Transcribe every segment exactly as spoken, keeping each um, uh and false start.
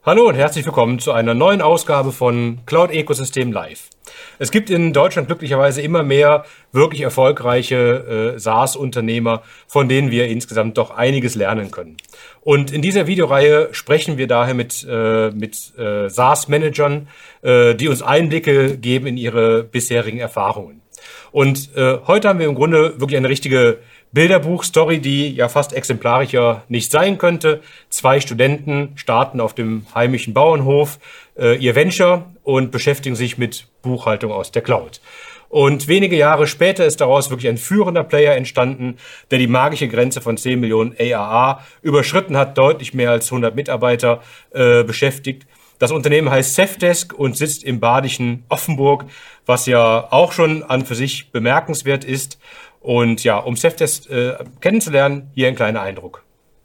Hallo und herzlich willkommen zu einer neuen Ausgabe von Cloud Ecosystem Live. Es gibt in Deutschland glücklicherweise immer mehr wirklich erfolgreiche äh, SaaS-Unternehmer, von denen wir insgesamt doch einiges lernen können. Und in dieser Videoreihe sprechen wir daher mit, äh, mit äh, SaaS-Managern, äh, die uns Einblicke geben in ihre bisherigen Erfahrungen. Und äh, heute haben wir im Grunde wirklich eine richtige Bilderbuch-Story, die ja fast exemplarischer nicht sein könnte. Zwei Studenten starten auf dem heimischen Bauernhof äh, ihr Venture und beschäftigen sich mit Buchhaltung aus der Cloud. Und wenige Jahre später ist daraus wirklich ein führender Player entstanden, der die magische Grenze von zehn Millionen A R R überschritten hat, deutlich mehr als hundert Mitarbeiter äh, beschäftigt. Das Unternehmen heißt Safdesk und sitzt im badischen Offenburg, was ja auch schon an für sich bemerkenswert ist. Und ja, um Safdesk äh, kennenzulernen, hier ein kleiner Eindruck.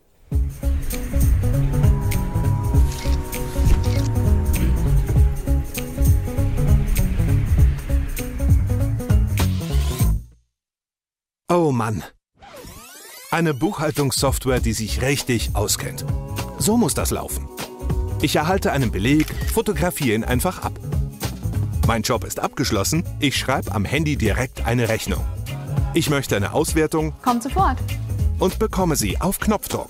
Oh Mann. Eine Buchhaltungssoftware, die sich richtig auskennt. So muss das laufen. Ich erhalte einen Beleg, fotografiere ihn einfach ab. Mein Job ist abgeschlossen, ich schreibe am Handy direkt eine Rechnung. Ich möchte eine Auswertung. Kommt sofort. Und bekomme sie auf Knopfdruck.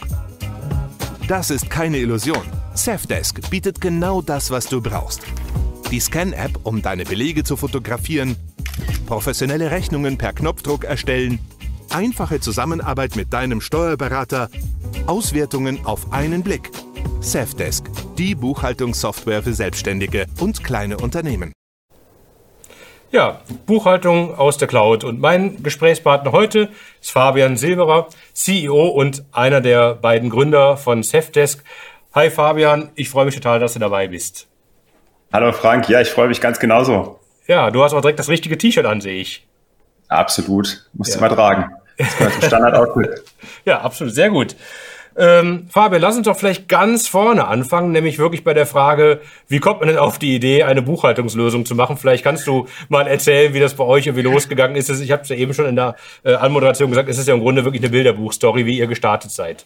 Das ist keine Illusion. Safdesk bietet genau das, was du brauchst. Die Scan-App, um deine Belege zu fotografieren, professionelle Rechnungen per Knopfdruck erstellen, einfache Zusammenarbeit mit deinem Steuerberater, Auswertungen auf einen Blick. Safdesk, die Buchhaltungssoftware für Selbstständige und kleine Unternehmen. Ja, Buchhaltung aus der Cloud. Und mein Gesprächspartner heute ist Fabian Silberer, C E O und einer der beiden Gründer von Safdesk. Hi Fabian, ich freue mich total, dass du dabei bist. Hallo Frank, ja, ich freue mich ganz genauso. Ja, du hast auch direkt das richtige T-Shirt an, sehe ich. Absolut, musst ja. du mal tragen. Das gehört zum Standard-Outfit. Ja, absolut, sehr gut. Ähm, Fabian, lass uns doch vielleicht ganz vorne anfangen, nämlich wirklich bei der Frage, wie kommt man denn auf die Idee, eine Buchhaltungslösung zu machen? Vielleicht kannst du mal erzählen, wie das bei euch irgendwie losgegangen ist. Ich habe es ja eben schon in der äh, Anmoderation gesagt, es ist ja im Grunde wirklich eine Bilderbuchstory, wie ihr gestartet seid.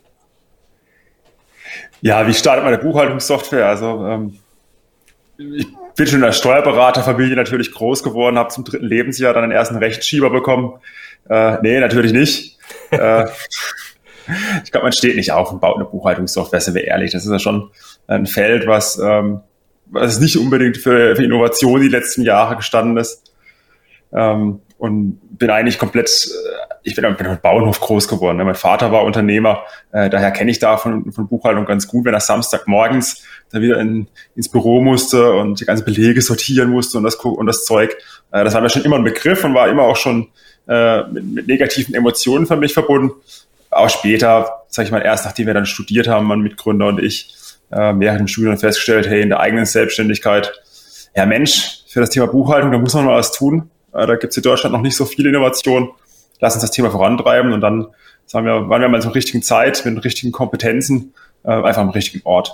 Ja, wie startet man eine Buchhaltungssoftware? Also ähm, ich bin schon in der Steuerberaterfamilie natürlich groß geworden, habe zum dritten Lebensjahr dann den ersten Rechtsschieber bekommen. Äh, nee, natürlich nicht. äh, Ich glaube, man steht nicht auf und baut eine Buchhaltungssoftware, sind wir ehrlich. Das ist ja schon ein Feld, was, ähm, was nicht unbedingt für, für Innovation die letzten Jahre gestanden ist. Ähm, und bin eigentlich komplett, äh, ich bin, bin am Bauernhof groß geworden. Ne? Mein Vater war Unternehmer, äh, daher kenne ich da von, von Buchhaltung ganz gut, wenn er Samstagmorgens da wieder in, ins Büro musste und die ganzen Belege sortieren musste und das, und das Zeug. Äh, das war mir schon immer ein Begriff und war immer auch schon äh, mit, mit negativen Emotionen für mich verbunden. Auch später, sag ich mal, erst nachdem wir dann studiert haben, mein Mitgründer und ich, äh, während dem Studium festgestellt, hey, in der eigenen Selbstständigkeit, ja Mensch, für das Thema Buchhaltung, da muss man mal was tun. Äh, da gibt's in Deutschland noch nicht so viel Innovation. Lass uns das Thema vorantreiben und dann sagen wir, waren wir mal zur richtigen Zeit, mit den richtigen Kompetenzen, äh, einfach am richtigen Ort.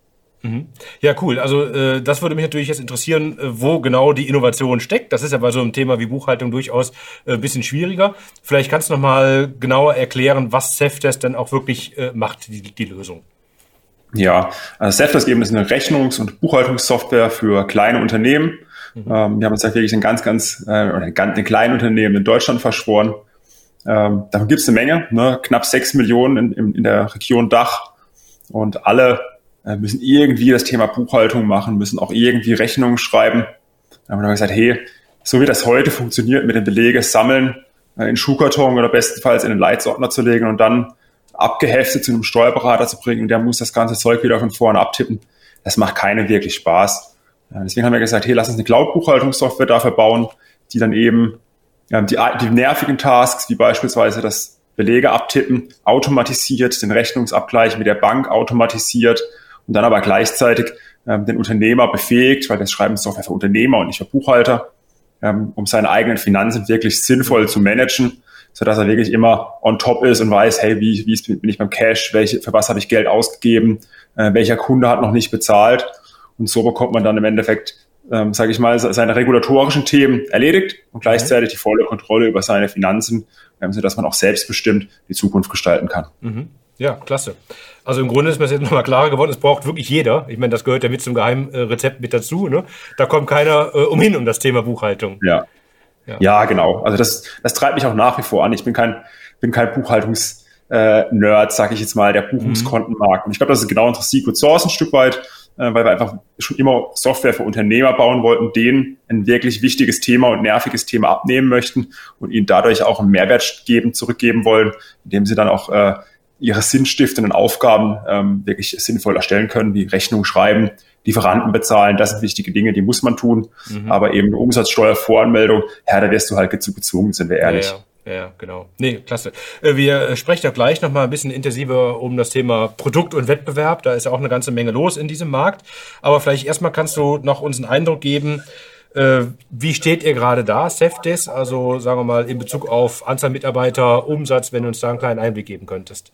Ja, cool. Also äh, das würde mich natürlich jetzt interessieren, äh, wo genau die Innovation steckt. Das ist ja bei so einem Thema wie Buchhaltung durchaus ein äh, bisschen schwieriger. Vielleicht kannst du noch mal genauer erklären, was Safdesk dann auch wirklich äh, macht, die, die Lösung. Ja, also Safdesk eben ist eine Rechnungs- und Buchhaltungssoftware für kleine Unternehmen. Mhm. Ähm, wir haben uns da wirklich ein ganz, ganz, äh, ein ganz ein kleines Unternehmen in Deutschland verschworen. Ähm, davon gibt es eine Menge, ne? Knapp sechs Millionen in, in, in der Region Dach und alle müssen irgendwie das Thema Buchhaltung machen, müssen auch irgendwie Rechnungen schreiben. Da haben wir gesagt, hey, so wie das heute funktioniert, mit den Belege sammeln, in Schuhkarton oder bestenfalls in den Leitsordner zu legen und dann abgeheftet zu einem Steuerberater zu bringen und der muss das ganze Zeug wieder von vorne abtippen, das macht keinen wirklich Spaß. Deswegen haben wir gesagt, hey, lass uns eine Cloud-Buchhaltungssoftware dafür bauen, die dann eben die, die nervigen Tasks, wie beispielsweise das Belege abtippen, automatisiert, den Rechnungsabgleich mit der Bank automatisiert, und dann aber gleichzeitig ähm, den Unternehmer befähigt, weil das Schreiben ist Software für Unternehmer und nicht für Buchhalter, ähm, um seine eigenen Finanzen wirklich sinnvoll zu managen, sodass er wirklich immer on top ist und weiß, hey, wie, wie bin ich beim Cash, welche, für was habe ich Geld ausgegeben, äh, welcher Kunde hat noch nicht bezahlt. Und so bekommt man dann im Endeffekt, ähm, sage ich mal, seine regulatorischen Themen erledigt und gleichzeitig die volle Kontrolle über seine Finanzen, ähm, sodass man auch selbstbestimmt die Zukunft gestalten kann. Mhm. Ja, klasse. Also im Grunde ist mir das jetzt nochmal klarer geworden, es braucht wirklich jeder. Ich meine, das gehört ja mit zum Geheimrezept mit dazu. Ne? Da kommt keiner äh, umhin um das Thema Buchhaltung. Ja. Ja, ja genau. Also das, das treibt mich auch nach wie vor an. Ich bin kein, bin kein Buchhaltungs-Nerd, sage ich jetzt mal, der Buchungskonten mag. Und ich glaube, das ist genau unser Secret Sauce ein Stück weit, äh, weil wir einfach schon immer Software für Unternehmer bauen wollten, denen ein wirklich wichtiges Thema und nerviges Thema abnehmen möchten und ihnen dadurch auch einen Mehrwert geben, zurückgeben wollen, indem sie dann auch äh, ihre sinnstiftenden Aufgaben ähm, wirklich sinnvoll erstellen können, wie Rechnung schreiben, Lieferanten bezahlen, das sind wichtige Dinge, die muss man tun. Mhm. Aber eben eine Umsatzsteuervoranmeldung, ja, da wirst du halt dazu gezwungen, sind wir ehrlich. Ja, ja, ja, genau. Nee, klasse. Wir sprechen ja gleich noch mal ein bisschen intensiver um das Thema Produkt und Wettbewerb. Da ist ja auch eine ganze Menge los in diesem Markt. Aber vielleicht erstmal kannst du noch uns einen Eindruck geben, äh, wie steht ihr gerade da, Safdesk? Also sagen wir mal in Bezug auf Anzahl Mitarbeiter, Umsatz, wenn du uns da einen kleinen Einblick geben könntest.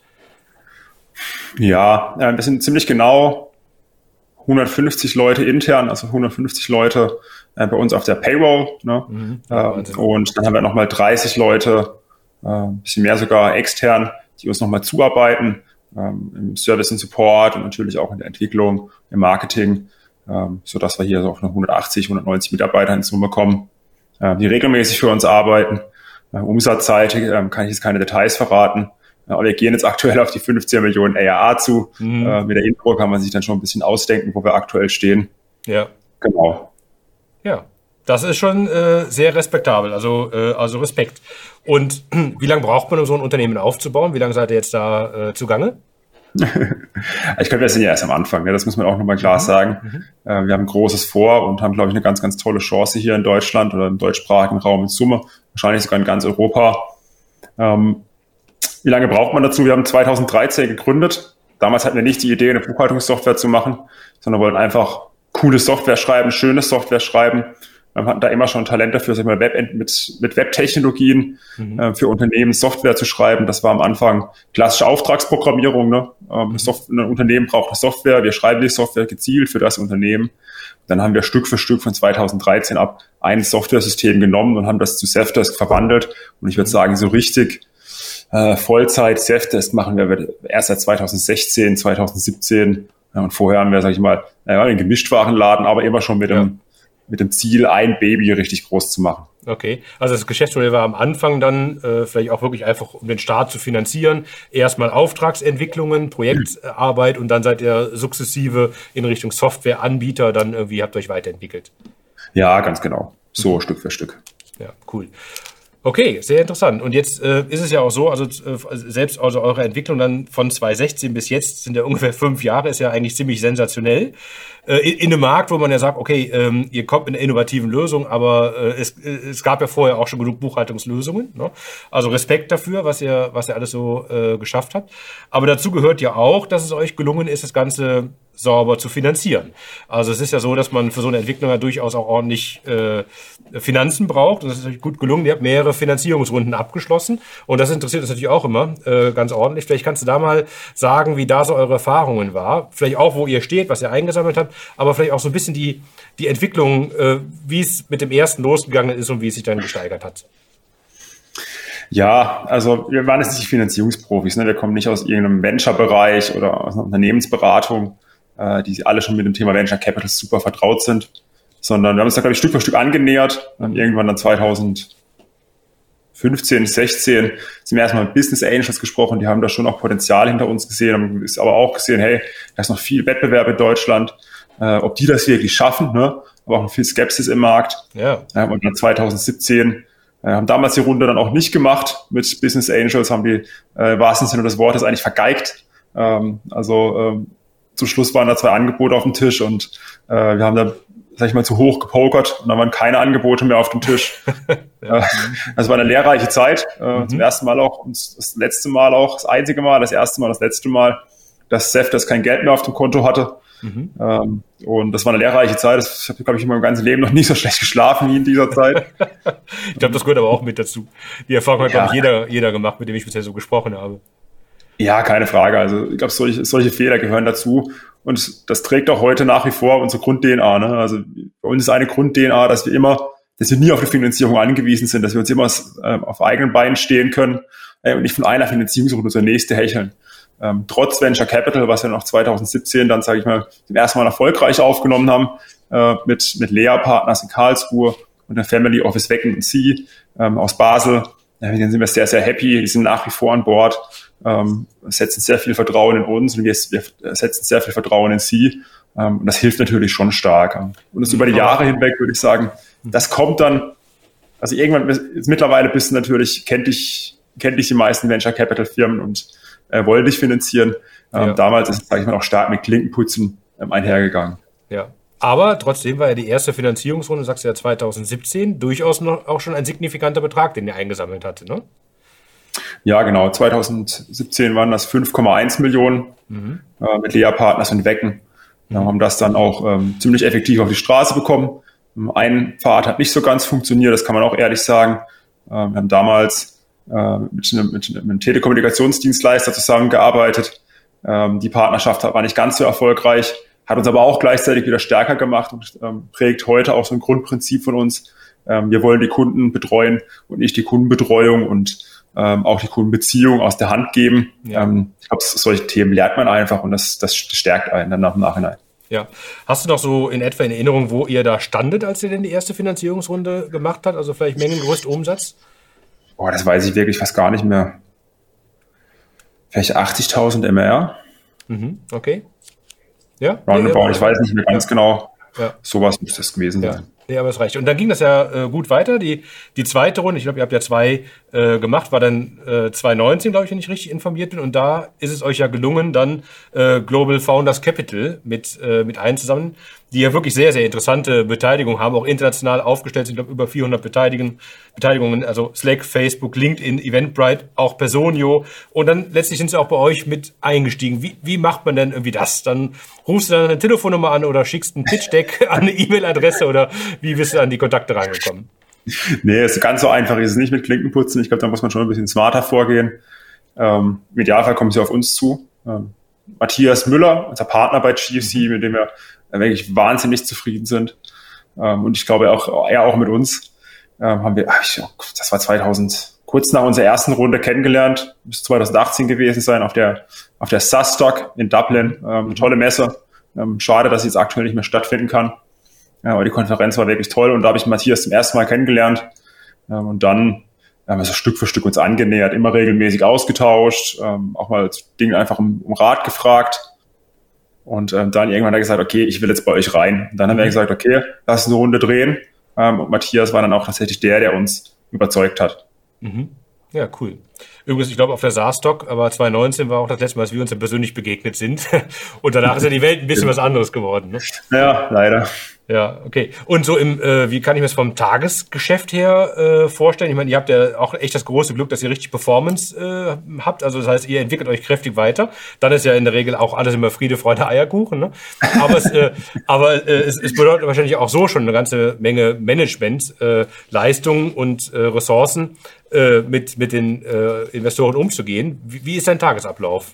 Ja, wir sind ziemlich genau hundertfünfzig Leute intern, also hundertfünfzig Leute äh, bei uns auf der Payroll. Ne? Mhm, äh, und dann haben wir nochmal dreißig Leute, äh, ein bisschen mehr sogar extern, die uns nochmal zuarbeiten, ähm, im Service und Support und natürlich auch in der Entwicklung, im Marketing, ähm, sodass wir hier so auf eine hundertachtzig, hundertneunzig Mitarbeiter in Summe kommen, äh, die regelmäßig für uns arbeiten. Äh, umsatzseitig äh, kann ich jetzt keine Details verraten. Aber wir gehen jetzt aktuell auf die fünfzehn Millionen A R A zu. Mhm. Äh, mit der Intro kann man sich dann schon ein bisschen ausdenken, wo wir aktuell stehen. Ja. Genau. Ja, das ist schon äh, sehr respektabel, also, äh, also Respekt. Und wie lange braucht man, um so ein Unternehmen aufzubauen? Wie lange seid ihr jetzt da äh, zugange? Ich glaube, wir sind ja erst am Anfang, ne? Das muss man auch nochmal klar mhm. sagen. Mhm. Äh, wir haben Großes vor und haben, glaube ich, eine ganz, ganz tolle Chance hier in Deutschland oder im deutschsprachigen Raum in Summe, wahrscheinlich sogar in ganz Europa. Ähm, Wie lange braucht man dazu? Wir haben zweitausenddreizehn gegründet. Damals hatten wir nicht die Idee, eine Buchhaltungssoftware zu machen, sondern wollten einfach coole Software schreiben, schöne Software schreiben. Wir hatten da immer schon Talent dafür, sag ich mal, Web, mit, mit Webtechnologien mhm. äh, für Unternehmen Software zu schreiben. Das war am Anfang klassische Auftragsprogrammierung. Ne? Ähm, mhm. Soft- ein Unternehmen braucht eine Software. Wir schreiben die Software gezielt für das Unternehmen. Dann haben wir Stück für Stück von zweitausenddreizehn ab ein Software-System genommen und haben das zu Safdesk verwandelt. Und ich würde sagen, so richtig Äh, Vollzeit Safdesk machen wir erst seit zweitausendsechzehn, zweitausendsiebzehn ja, und vorher haben wir, sag ich mal, ja, einen Gemischtwarenladen, aber immer schon mit, ja. dem, mit dem Ziel, ein Baby richtig groß zu machen. Okay, also das Geschäftsmodell war am Anfang dann äh, vielleicht auch wirklich einfach, um den Start zu finanzieren, erstmal Auftragsentwicklungen, Projektarbeit mhm. und dann seid ihr sukzessive in Richtung Softwareanbieter, dann irgendwie habt ihr euch weiterentwickelt. Ja, ganz genau, so mhm. Stück für Stück. Ja, cool. Okay, sehr interessant. Und jetzt äh, ist es ja auch so, also äh, selbst also eure Entwicklung dann von zweitausendsechzehn bis jetzt sind ja ungefähr fünf Jahre, ist ja eigentlich ziemlich sensationell. Äh, in, in einem Markt, wo man ja sagt, okay, ähm, ihr kommt mit einer innovativen Lösung, aber äh, es, es gab ja vorher auch schon genug Buchhaltungslösungen. Ne? Also Respekt dafür, was ihr, was ihr alles so äh, geschafft habt. Aber dazu gehört ja auch, dass es euch gelungen ist, das Ganze sauber zu finanzieren. Also es ist ja so, dass man für so eine Entwicklung ja durchaus auch ordentlich äh, Finanzen braucht. Und das ist euch gut gelungen. Ihr habt mehrere Finanzierungsrunden abgeschlossen. Und das interessiert uns natürlich auch immer äh, ganz ordentlich. Vielleicht kannst du da mal sagen, wie da so eure Erfahrungen war. Vielleicht auch, wo ihr steht, was ihr eingesammelt habt. Aber vielleicht auch so ein bisschen die, die Entwicklung, äh, wie es mit dem ersten losgegangen ist und wie es sich dann gesteigert hat. Ja, also wir waren jetzt nicht Finanzierungsprofis. Ne? Wir kommen nicht aus irgendeinem Venture-Bereich oder aus einer Unternehmensberatung, die alle schon mit dem Thema Venture Capital super vertraut sind, sondern wir haben uns da, glaube ich, Stück für Stück angenähert. Und irgendwann dann zweitausendfünfzehn, sechzehn sind wir erstmal mit Business Angels gesprochen, die haben da schon auch Potenzial hinter uns gesehen, haben aber auch gesehen, hey, da ist noch viel Wettbewerb in Deutschland, äh, ob die das wirklich schaffen, ne? Aber auch noch viel Skepsis im Markt. Ja. Und dann zweitausendsiebzehn äh, haben damals die Runde dann auch nicht gemacht mit Business Angels, haben die äh, wahrsten Sinne des Wortes eigentlich vergeigt. Ähm, also ähm, Zum Schluss waren da zwei Angebote auf dem Tisch und äh, wir haben da, sag ich mal, zu hoch gepokert und dann waren keine Angebote mehr auf dem Tisch. ja. Das war eine lehrreiche Zeit. Äh, mhm. Zum ersten Mal auch, und das letzte Mal auch, das einzige Mal, das erste Mal, das letzte Mal, dass Safdesk kein Geld mehr auf dem Konto hatte. Mhm. Ähm, und das war eine lehrreiche Zeit. Das, ich habe, glaube ich, in meinem ganzen Leben noch nie so schlecht geschlafen wie in dieser Zeit. Ich glaube, das gehört aber auch mit dazu. Die Erfahrung hat, ja. glaube ich, jeder, jeder gemacht, mit dem ich bisher so gesprochen habe. Ja, keine Frage. Also ich glaube, solche, solche Fehler gehören dazu. Und das trägt auch heute nach wie vor unsere Grund-D N A. Ne? Also bei uns ist eine Grund-D N A, dass wir immer, dass wir nie auf die Finanzierung angewiesen sind, dass wir uns immer äh, auf eigenen Beinen stehen können äh, und nicht von einer Finanzierungsrunde zur nächste hecheln. ähm, trotz Venture Capital, was wir noch zwanzig siebzehn dann, sage ich mal, zum ersten Mal erfolgreich aufgenommen haben, äh, mit, mit Lea Partners in Karlsruhe und der Family Office Wecken und Sie ähm, aus Basel. Ja, mit denen sind wir sehr, sehr happy. Die sind nach wie vor an Bord, ähm, setzen sehr viel Vertrauen in uns und wir, wir setzen sehr viel Vertrauen in Sie. Ähm, und das hilft natürlich schon stark. Und das über die Jahre hinweg, würde ich sagen, das kommt dann, also irgendwann, jetzt mittlerweile bist du natürlich, kennt dich, kennt dich die meisten Venture Capital Firmen und äh, wollen dich finanzieren. Ähm, ja. Damals ist es, sage ich mal, auch stark mit Klinkenputzen ähm, einhergegangen. Ja. Aber trotzdem war ja die erste Finanzierungsrunde, sagst du ja zwanzig siebzehn, durchaus noch auch schon ein signifikanter Betrag, den ihr eingesammelt hatte, ne? Ja, genau. zwanzig siebzehn waren das fünf Komma eins Millionen mhm. äh, mit Lea Partners und Wecken. Wir haben das dann auch ähm, ziemlich effektiv auf die Straße bekommen. Ein Pfad hat nicht so ganz funktioniert, das kann man auch ehrlich sagen. Ähm, wir haben damals äh, mit, einem, mit einem Telekommunikationsdienstleister zusammengearbeitet. Ähm, die Partnerschaft war nicht ganz so erfolgreich, hat uns aber auch gleichzeitig wieder stärker gemacht und ähm, prägt heute auch so ein Grundprinzip von uns. Ähm, wir wollen die Kunden betreuen und nicht die Kundenbetreuung und ähm, auch die Kundenbeziehung aus der Hand geben. Ja. Ähm, ich glaube, solche Themen lernt man einfach und das, das stärkt einen dann nach dem Nachhinein. Ja. Hast du noch so in etwa in Erinnerung, wo ihr da standet, als ihr denn die erste Finanzierungsrunde gemacht habt? Also vielleicht Mengengröße, Umsatz? Boah, das weiß ich wirklich fast gar nicht mehr. Vielleicht achtzigtausend M R. Mhm, okay. Ja. Roundabout, ich weiß nicht mehr ganz ja. genau. Ja. Sowas muss das gewesen ja. sein. Ja, aber es reicht. Und dann ging das ja äh, gut weiter. Die, die zweite Runde, ich glaube, ihr habt ja zwei äh, gemacht, war dann äh, zwanzig neunzehn, glaube ich, wenn ich richtig informiert bin. Und da ist es euch ja gelungen, dann äh, Global Founders Capital mit, äh, mit einzusammeln, die ja wirklich sehr, sehr interessante Beteiligung haben, auch international aufgestellt sind, ich glaube, über vierhundert Beteiligen, Beteiligungen, also Slack, Facebook, LinkedIn, Eventbrite, auch Personio. Und dann letztlich sind sie auch bei euch mit eingestiegen. Wie, wie macht man denn irgendwie das? Dann rufst du dann eine Telefonnummer an oder schickst ein Pitch-Deck an eine E-Mail-Adresse oder wie bist du an die Kontakte rangekommen? Nee, ist ganz so einfach ist es nicht mit Klinkenputzen. Ich glaube, da muss man schon ein bisschen smarter vorgehen. Ähm, Im Idealfall kommen sie auf uns zu. Ähm, Matthias Müller, unser Partner bei G F C, mit dem wir wirklich wahnsinnig zufrieden sind. Ähm, und ich glaube auch, er auch mit uns, ähm, haben wir, ich, das war zweitausend, kurz nach unserer ersten Runde kennengelernt, müsste zwanzig achtzehn gewesen sein, auf der, auf der S A S-Stock in Dublin, ähm, eine tolle Messe. Ähm, schade, dass sie jetzt aktuell nicht mehr stattfinden kann. Ja, aber die Konferenz war wirklich toll und da habe ich Matthias zum ersten Mal kennengelernt. Ähm, und dann haben wir so Stück für Stück uns angenähert, immer regelmäßig ausgetauscht, ähm, auch mal Dinge einfach um, um Rat gefragt. Und ähm, dann irgendwann hat er gesagt, okay, ich will jetzt bei euch rein. Und dann haben wir gesagt, okay, lass uns eine Runde drehen. Ähm, und Matthias war dann auch tatsächlich der, der uns überzeugt hat. Mhm. Ja, cool. Übrigens, ich glaube, auf der S A S-Stock, aber zwanzig neunzehn war auch das letzte Mal, dass wir uns ja persönlich begegnet sind. Und danach ist ja die Welt ein bisschen was anderes geworden. Ne? Ja, leider. Ja, okay. Und so im, äh, wie kann ich mir das vom Tagesgeschäft her äh, vorstellen? Ich meine, ihr habt ja auch echt das große Glück, dass ihr richtig Performance äh, habt. Also das heißt, ihr entwickelt euch kräftig weiter. Dann ist ja in der Regel auch alles immer Friede, Freude, Eierkuchen. Ne? Aber, es, äh, aber äh, es, es bedeutet wahrscheinlich auch so schon eine ganze Menge Management, äh, Leistungen und äh, Ressourcen, äh, mit, mit den äh, Investoren umzugehen. Wie, wie ist dein Tagesablauf?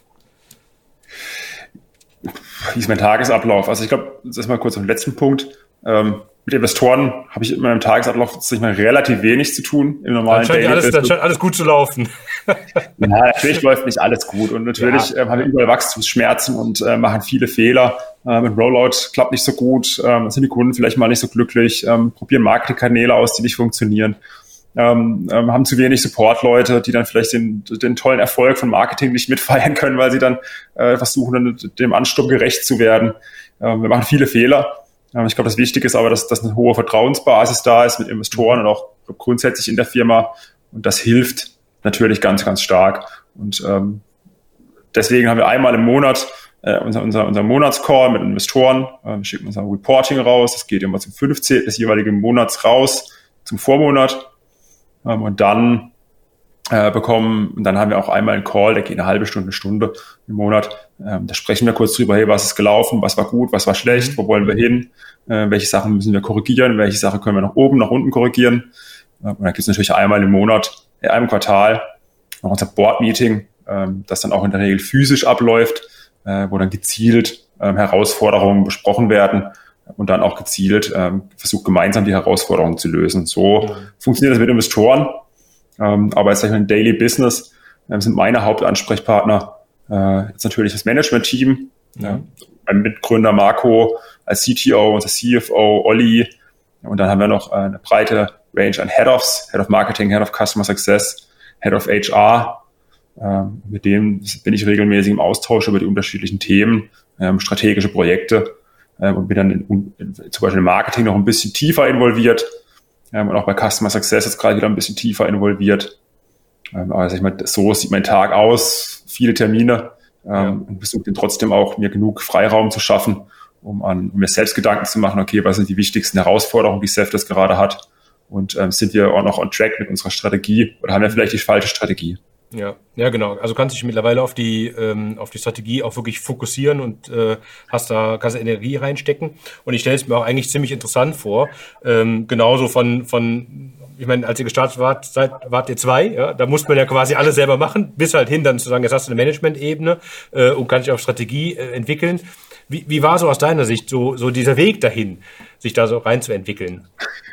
Wie ist mein Tagesablauf? Also ich glaube, das ist mal kurz auf den letzten Punkt. Ähm, mit Investoren habe ich in meinem Tagesablauf sag ich mal, relativ wenig zu tun im normalen Daily. Alles, dann scheint alles gut zu laufen. Ja, natürlich läuft nicht alles gut und natürlich ja. ähm, haben wir überall Wachstumsschmerzen und äh, machen viele Fehler. Äh, mit Rollout klappt nicht so gut, ähm, sind die Kunden vielleicht mal nicht so glücklich, ähm, probieren Marketingkanäle aus, die nicht funktionieren. Ähm, ähm, haben zu wenig Support-Leute, die dann vielleicht den, den tollen Erfolg von Marketing nicht mitfeiern können, weil sie dann äh, versuchen, dann dem Ansturm gerecht zu werden. Ähm, wir machen viele Fehler. Ähm, ich glaube, das Wichtige ist aber, dass, dass eine hohe Vertrauensbasis da ist mit Investoren und auch grundsätzlich in der Firma. Und das hilft natürlich ganz, ganz stark. Und ähm, deswegen haben wir einmal im Monat äh, unser, unser, unser Monatscall mit Investoren. Äh, wir schicken unser Reporting raus. Das geht immer zum fünfzehnten des jeweiligen Monats raus, zum Vormonat. Und dann äh, bekommen, und dann haben wir auch einmal einen Call, der geht eine halbe Stunde, eine Stunde im Monat. Ähm, da sprechen wir kurz drüber, hey, was ist gelaufen, was war gut, was war schlecht, wo wollen wir hin, äh, welche Sachen müssen wir korrigieren, welche Sachen können wir nach oben, nach unten korrigieren. Äh, und dann gibt es natürlich einmal im Monat, äh, einmal im Quartal noch unser Board-Meeting, äh, das dann auch in der Regel physisch abläuft, äh, wo dann gezielt äh, Herausforderungen besprochen werden. Und dann auch gezielt ähm, versucht, gemeinsam die Herausforderungen zu lösen. So ja. funktioniert das mit Investoren. Ähm, aber jetzt sag ich mal, im Daily Business ähm, sind meine Hauptansprechpartner Äh, jetzt natürlich das Management-Team, ja. Ja, mein Mitgründer Marco als C T O, unser C F O Olli. Und dann haben wir noch eine breite Range an Head-Offs, Head of Marketing, Head of Customer Success, Head of H R. Ähm, mit denen bin ich regelmäßig im Austausch über die unterschiedlichen Themen, ähm, strategische Projekte ähm, und bin dann in, in, zum Beispiel im Marketing noch ein bisschen tiefer involviert ähm, und auch bei Customer Success jetzt gerade wieder ein bisschen tiefer involviert. Ähm, aber sag ich mal, so sieht mein Tag aus, viele Termine ähm, ja. und versuche dann trotzdem auch mir genug Freiraum zu schaffen, um an um mir selbst Gedanken zu machen, okay, was sind die wichtigsten Herausforderungen, die Safdesk gerade hat und ähm, sind wir auch noch on track mit unserer Strategie oder haben wir vielleicht die falsche Strategie? Ja, ja, genau. Also kannst dich mittlerweile auf die ähm, auf die Strategie auch wirklich fokussieren und äh, hast da kannst Energie reinstecken. Und ich stelle es mir auch eigentlich ziemlich interessant vor. Ähm, genauso von von ich meine, als ihr gestartet wart, seid, wart ihr zwei. Ja, da musste man ja quasi alles selber machen, bis halt hin dann zu sagen, jetzt hast du eine Management-Ebene äh, und kann dich auf Strategie äh, entwickeln. Wie, wie war so aus deiner Sicht so so dieser Weg dahin, sich da so reinzuentwickeln?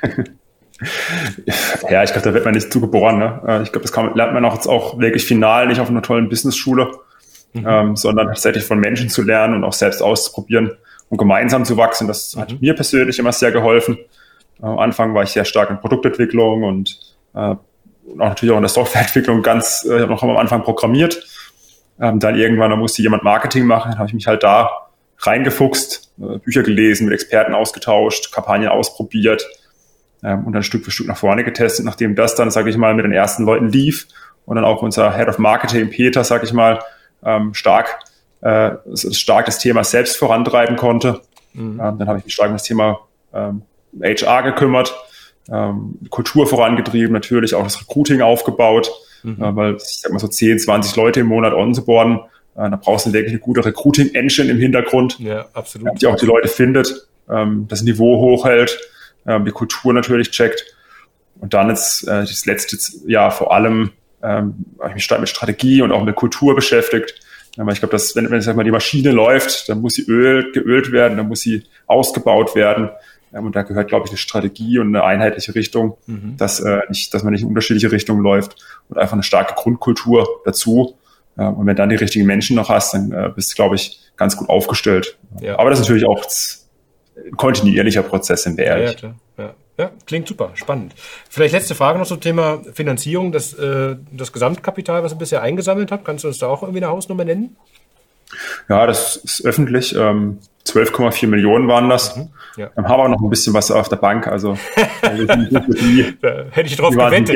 Ja, ich glaube, da wird man nicht zugeboren. Ne? Ich glaube, das kann, lernt man auch jetzt auch wirklich final nicht auf einer tollen Business-Schule, mhm. ähm, sondern tatsächlich von Menschen zu lernen und auch selbst auszuprobieren und gemeinsam zu wachsen. Das mhm. hat mir persönlich immer sehr geholfen. Am Anfang war ich sehr stark in Produktentwicklung und, äh, und auch natürlich auch in der Softwareentwicklung ganz, äh, ich habe noch am Anfang programmiert. Ähm, dann irgendwann, da musste jemand Marketing machen, dann habe ich mich halt da reingefuchst, äh, Bücher gelesen, mit Experten ausgetauscht, Kampagnen ausprobiert. Ähm, und dann Stück für Stück nach vorne getestet, nachdem das dann, sage ich mal, mit den ersten Leuten lief und dann auch unser Head of Marketing, Peter, sage ich mal, ähm, stark, äh, stark das Thema selbst vorantreiben konnte. Mhm. Ähm, dann habe ich mich stark um das Thema ähm, H R gekümmert, ähm, Kultur vorangetrieben, natürlich auch das Recruiting aufgebaut, mhm. äh, weil ich sag mal so zehn, zwanzig Leute im Monat onzuboarden, äh, da brauchst du wirklich eine gute Recruiting-Engine im Hintergrund, ja, absolut. die auch die Leute findet, ähm, das Niveau hochhält, die Kultur natürlich checkt. Und dann jetzt äh, das letzte Jahr vor allem ähm, habe ich mich stark mit Strategie und auch mit Kultur beschäftigt. Aber ich glaube, dass wenn, wenn sag mal, die Maschine läuft, dann muss sie öl, geölt werden, dann muss sie ausgebaut werden. Ähm, und da gehört, glaube ich, eine Strategie und eine einheitliche Richtung, mhm. dass, äh, nicht, dass man nicht in unterschiedliche Richtungen läuft und einfach eine starke Grundkultur dazu. Ähm, und wenn dann die richtigen Menschen noch hast, dann äh, bist du, glaube ich, ganz gut aufgestellt. Ja. Aber das ist natürlich auch ein kontinuierlicher Prozess, sind wir ehrlich. Ja, klar. Ja. Ja, klingt super, spannend. Vielleicht letzte Frage noch zum Thema Finanzierung, das, äh, das Gesamtkapital, was ihr bisher eingesammelt habt. Kannst du uns da auch irgendwie eine Hausnummer nennen? Ja, das ist öffentlich. Ähm, zwölf Komma vier Millionen waren das. Mhm, ja. Dann haben wir noch ein bisschen was auf der Bank. Also die, da hätte ich drauf gewettet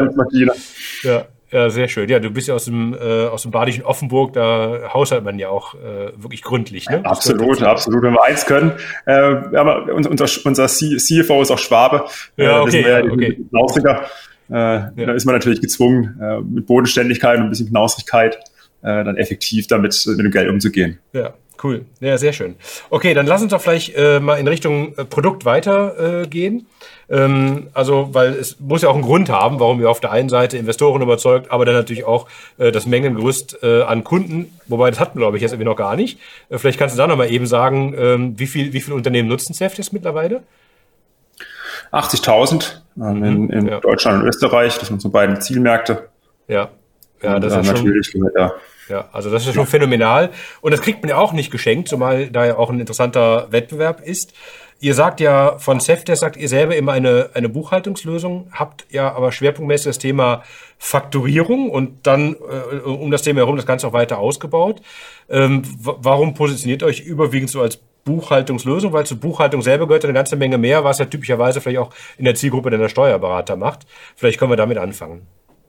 jetzt. Ja. Ja, sehr schön. Ja, du bist ja aus dem, äh, aus dem badischen Offenburg, da haushaltet man ja auch äh, wirklich gründlich. Ne? Absolut, absolut. Wenn wir eins können. Äh, aber unser, unser C F O ist auch Schwabe. Ja, okay. Äh, ja, okay. Äh, ja. Da ist man natürlich gezwungen, äh, mit Bodenständigkeit und ein bisschen Knausrigkeit äh, dann effektiv damit mit dem Geld umzugehen. Ja, cool. Ja, sehr schön. Okay, dann lass uns doch vielleicht äh, mal in Richtung äh, Produkt weitergehen. Äh, ähm, also, weil es muss ja auch einen Grund haben, warum ihr auf der einen Seite Investoren überzeugt, aber dann natürlich auch äh, das Mengengerüst äh, an Kunden, wobei das hatten wir, glaube ich, jetzt irgendwie noch gar nicht. Äh, vielleicht kannst du da noch mal eben sagen, ähm, wie viel, wie viele Unternehmen nutzen Safdesk mittlerweile? achtzigtausend ähm, mhm, in, in ja. Deutschland und Österreich. Das sind so beiden Zielmärkte. Ja, ja, das und, ist äh, schon... Natürlich, ja. Ja, also das ist schon phänomenal. Und das kriegt man ja auch nicht geschenkt, zumal da ja auch ein interessanter Wettbewerb ist. Ihr sagt ja, von Safdesk sagt ihr selber immer eine, eine Buchhaltungslösung, habt ja aber schwerpunktmäßig das Thema Fakturierung und dann äh, um das Thema herum das Ganze auch weiter ausgebaut. Ähm, w- warum positioniert ihr euch überwiegend so als Buchhaltungslösung? Weil zur Buchhaltung selber gehört eine ganze Menge mehr, was ja typischerweise vielleicht auch in der Zielgruppe der Steuerberater macht. Vielleicht können wir damit anfangen.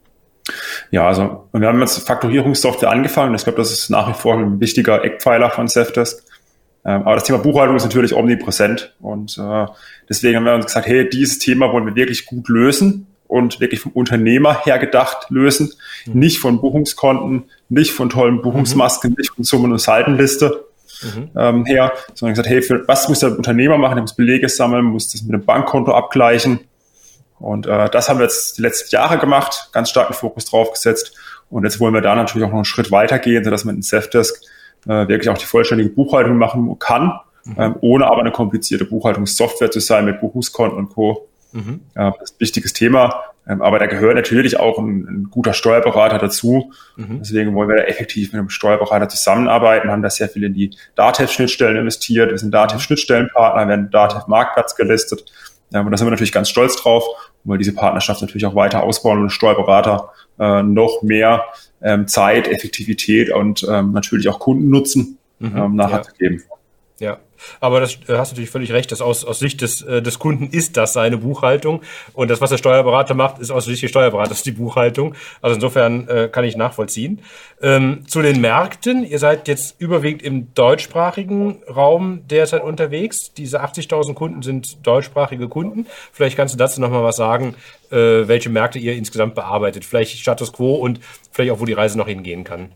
Ja, also wir haben jetzt Fakturierungssoftware angefangen. Ich glaube, das ist nach wie vor ein wichtiger Eckpfeiler von Safdesk. Ähm, aber das Thema Buchhaltung ist natürlich omnipräsent. Und äh, deswegen haben wir uns gesagt, hey, dieses Thema wollen wir wirklich gut lösen und wirklich vom Unternehmer her gedacht lösen. Mhm. Nicht von Buchungskonten, nicht von tollen Buchungsmasken, mhm. nicht von Summen- und Saldenliste mhm. ähm, her, sondern gesagt, hey, für was muss der Unternehmer machen? Er muss Belege sammeln, muss das mit dem Bankkonto abgleichen. Und äh, das haben wir jetzt die letzten Jahre gemacht, ganz starken Fokus drauf gesetzt. Und jetzt wollen wir da natürlich auch noch einen Schritt weiter gehen, sodass man in Safdesk äh, wirklich auch die vollständige Buchhaltung machen kann, mhm. ähm, ohne aber eine komplizierte Buchhaltungssoftware zu sein mit Buchungskonten und Co. Mhm. Äh, das ist ein wichtiges Thema. Ähm, aber da gehört natürlich auch ein, ein guter Steuerberater dazu. Mhm. Deswegen wollen wir da effektiv mit einem Steuerberater zusammenarbeiten, haben da sehr viel in die Datev-Schnittstellen investiert. Wir sind Datev-Schnittstellenpartner, werden Datev-Marktplatz gelistet. Ähm, und da sind wir natürlich ganz stolz drauf, weil diese Partnerschaft natürlich auch weiter ausbauen und Steuerberater äh, noch mehr ähm, Zeit, Effektivität und ähm, natürlich auch Kundennutzen mhm, ähm, nachher ja. zu geben. Ja, aber das äh, hast natürlich völlig recht, dass aus, aus Sicht des, äh, des Kunden ist das seine Buchhaltung und das, was der Steuerberater macht, ist aus Sicht des Steuerberaters die Buchhaltung. Also insofern äh, kann ich nachvollziehen. Ähm, zu den Märkten, ihr seid jetzt überwiegend im deutschsprachigen Raum derzeit unterwegs. Diese achtzigtausend Kunden sind deutschsprachige Kunden. Vielleicht kannst du dazu nochmal was sagen, äh, welche Märkte ihr insgesamt bearbeitet. Vielleicht Status Quo und vielleicht auch, wo die Reise noch hingehen kann.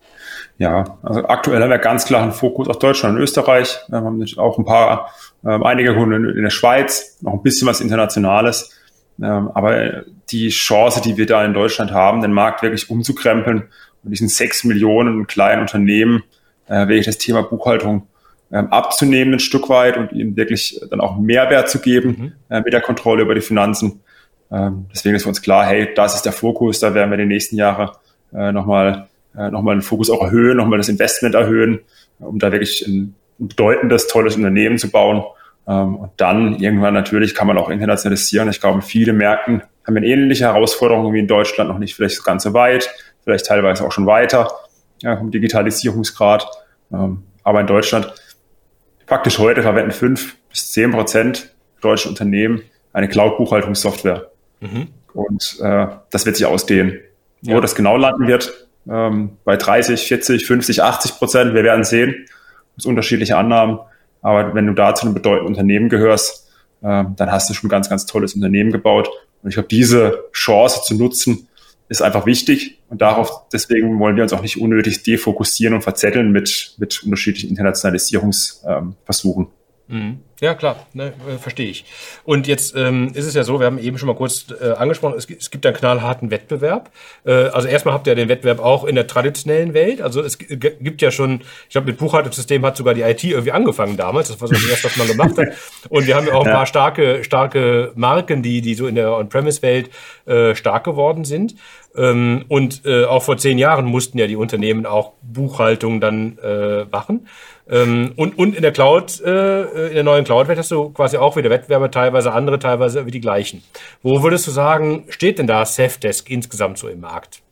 Ja, also aktuell haben wir ganz klar einen Fokus auf Deutschland und Österreich. Wir haben auch ein paar, ähm, einige Kunden in der Schweiz, noch ein bisschen was Internationales. Ähm, aber die Chance, die wir da in Deutschland haben, den Markt wirklich umzukrempeln und diesen sechs Millionen kleinen Unternehmen äh, wirklich das Thema Buchhaltung ähm, abzunehmen ein Stück weit und ihnen wirklich dann auch Mehrwert zu geben mhm. äh, mit der Kontrolle über die Finanzen. Ähm, deswegen ist für uns klar, hey, das ist der Fokus, da werden wir die nächsten Jahre äh, nochmal Äh, nochmal den Fokus auch erhöhen, nochmal das Investment erhöhen, um da wirklich ein, ein bedeutendes, tolles Unternehmen zu bauen. Ähm, und dann irgendwann natürlich kann man auch internationalisieren. Ich glaube, viele Märkten haben eine ähnliche Herausforderung wie in Deutschland, noch nicht vielleicht ganz so weit, vielleicht teilweise auch schon weiter, ja, vom Digitalisierungsgrad. Ähm, aber in Deutschland, praktisch heute verwenden fünf bis zehn Prozent deutsche Unternehmen eine Cloud-Buchhaltungssoftware. Mhm. Und äh, das wird sich ausdehnen. Ja. Wo das genau landen wird, Ähm, bei dreißig, vierzig, fünfzig, achtzig Prozent. Wir werden sehen. Das sind unterschiedliche Annahmen. Aber wenn du da zu einem bedeutenden Unternehmen gehörst, ähm, dann hast du schon ein ganz, ganz tolles Unternehmen gebaut. Und ich glaube, diese Chance zu nutzen, ist einfach wichtig. Und darauf, deswegen wollen wir uns auch nicht unnötig defokussieren und verzetteln mit, mit unterschiedlichen Internationalisierungsversuchen. Mhm. Ja, klar, ne, äh, verstehe ich. Und jetzt ähm, ist es ja so, wir haben eben schon mal kurz äh, angesprochen, es, es gibt einen knallharten Wettbewerb. Äh, also erstmal habt ihr den Wettbewerb auch in der traditionellen Welt. Also es g- gibt ja schon, ich glaube, mit Buchhaltungssystem hat sogar die I T irgendwie angefangen damals. Das war so das erste, was man gemacht hat. Und wir haben ja auch ein ja. paar starke, starke Marken, die, die so in der On-Premise-Welt äh, stark geworden sind. Ähm, und äh, auch vor zehn Jahren mussten ja die Unternehmen auch Buchhaltung dann äh, machen. Ähm, und, und in der Cloud, äh, in der neuen Cloud-Welt hast du quasi auch wieder Wettbewerber, teilweise andere, teilweise wie die gleichen. Wo würdest du sagen, steht denn da Safdesk insgesamt so im Markt?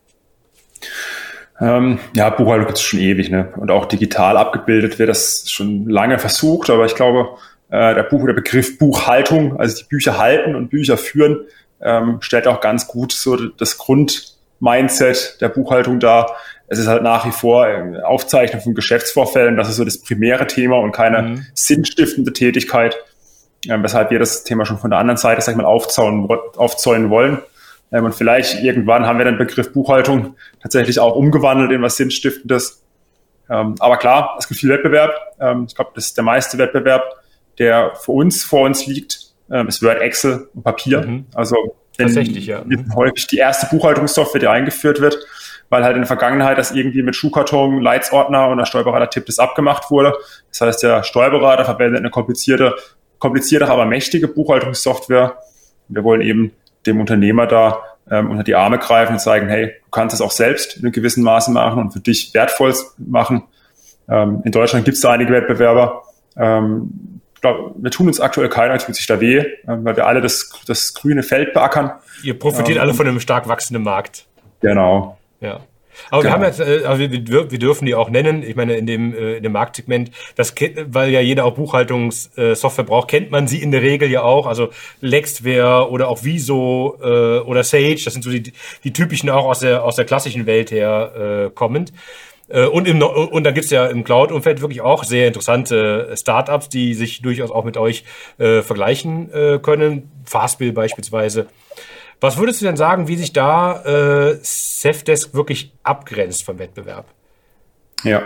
Ähm, ja, Buchhaltung gibt es schon ewig, ne? Und auch digital abgebildet wird das schon lange versucht, aber ich glaube, äh, der, Buch, der Begriff Buchhaltung, also die Bücher halten und Bücher führen, ähm, stellt auch ganz gut so das Grundmindset der Buchhaltung dar. Es ist halt nach wie vor Aufzeichnung von Geschäftsvorfällen, das ist so das primäre Thema und keine mhm. sinnstiftende Tätigkeit, ähm, weshalb wir das Thema schon von der anderen Seite, sag ich mal, aufzäunen, aufzäunen wollen. Ähm, und vielleicht irgendwann haben wir den Begriff Buchhaltung tatsächlich auch umgewandelt in was Sinnstiftendes. Ähm, aber klar, es gibt viel Wettbewerb. Ähm, ich glaube, das ist der meiste Wettbewerb, der für uns vor uns liegt, ähm, ist Word, Excel und Papier. Mhm. Also tatsächlich, ja. Mhm. häufig die erste Buchhaltungssoftware, die eingeführt wird, weil halt in der Vergangenheit das irgendwie mit Schuhkarton, Leitsordner und der Steuerberater tippt es abgemacht wurde. Das heißt, der Steuerberater verwendet eine komplizierte, komplizierte, aber mächtige Buchhaltungssoftware. Wir wollen eben dem Unternehmer da ähm, unter die Arme greifen und zeigen, hey, du kannst es auch selbst in einem gewissen Maße machen und für dich wertvoll machen. Ähm, in Deutschland gibt es da einige Wettbewerber. Ähm, ich glaube, wir tun uns aktuell keiner, es tut sich da weh, äh, weil wir alle das, das grüne Feld beackern. Ihr profitiert ähm, alle von einem stark wachsenden Markt. Genau. Ja. Aber genau. wir haben jetzt, äh, also wir, wir dürfen die auch nennen. Ich meine, in dem, äh, in dem Marktsegment, das, weil ja jeder auch Buchhaltungssoftware braucht, kennt man sie in der Regel ja auch. Also Lexware oder auch Viso äh, oder Sage, das sind so die, die typischen auch aus der, aus der klassischen Welt her äh, kommend. Äh, und, im, und dann gibt's ja im Cloud-Umfeld wirklich auch sehr interessante Startups, die sich durchaus auch mit euch äh, vergleichen äh, können. Fastbill beispielsweise. Was würdest du denn sagen, wie sich da äh, Safdesk wirklich abgrenzt vom Wettbewerb? Ja,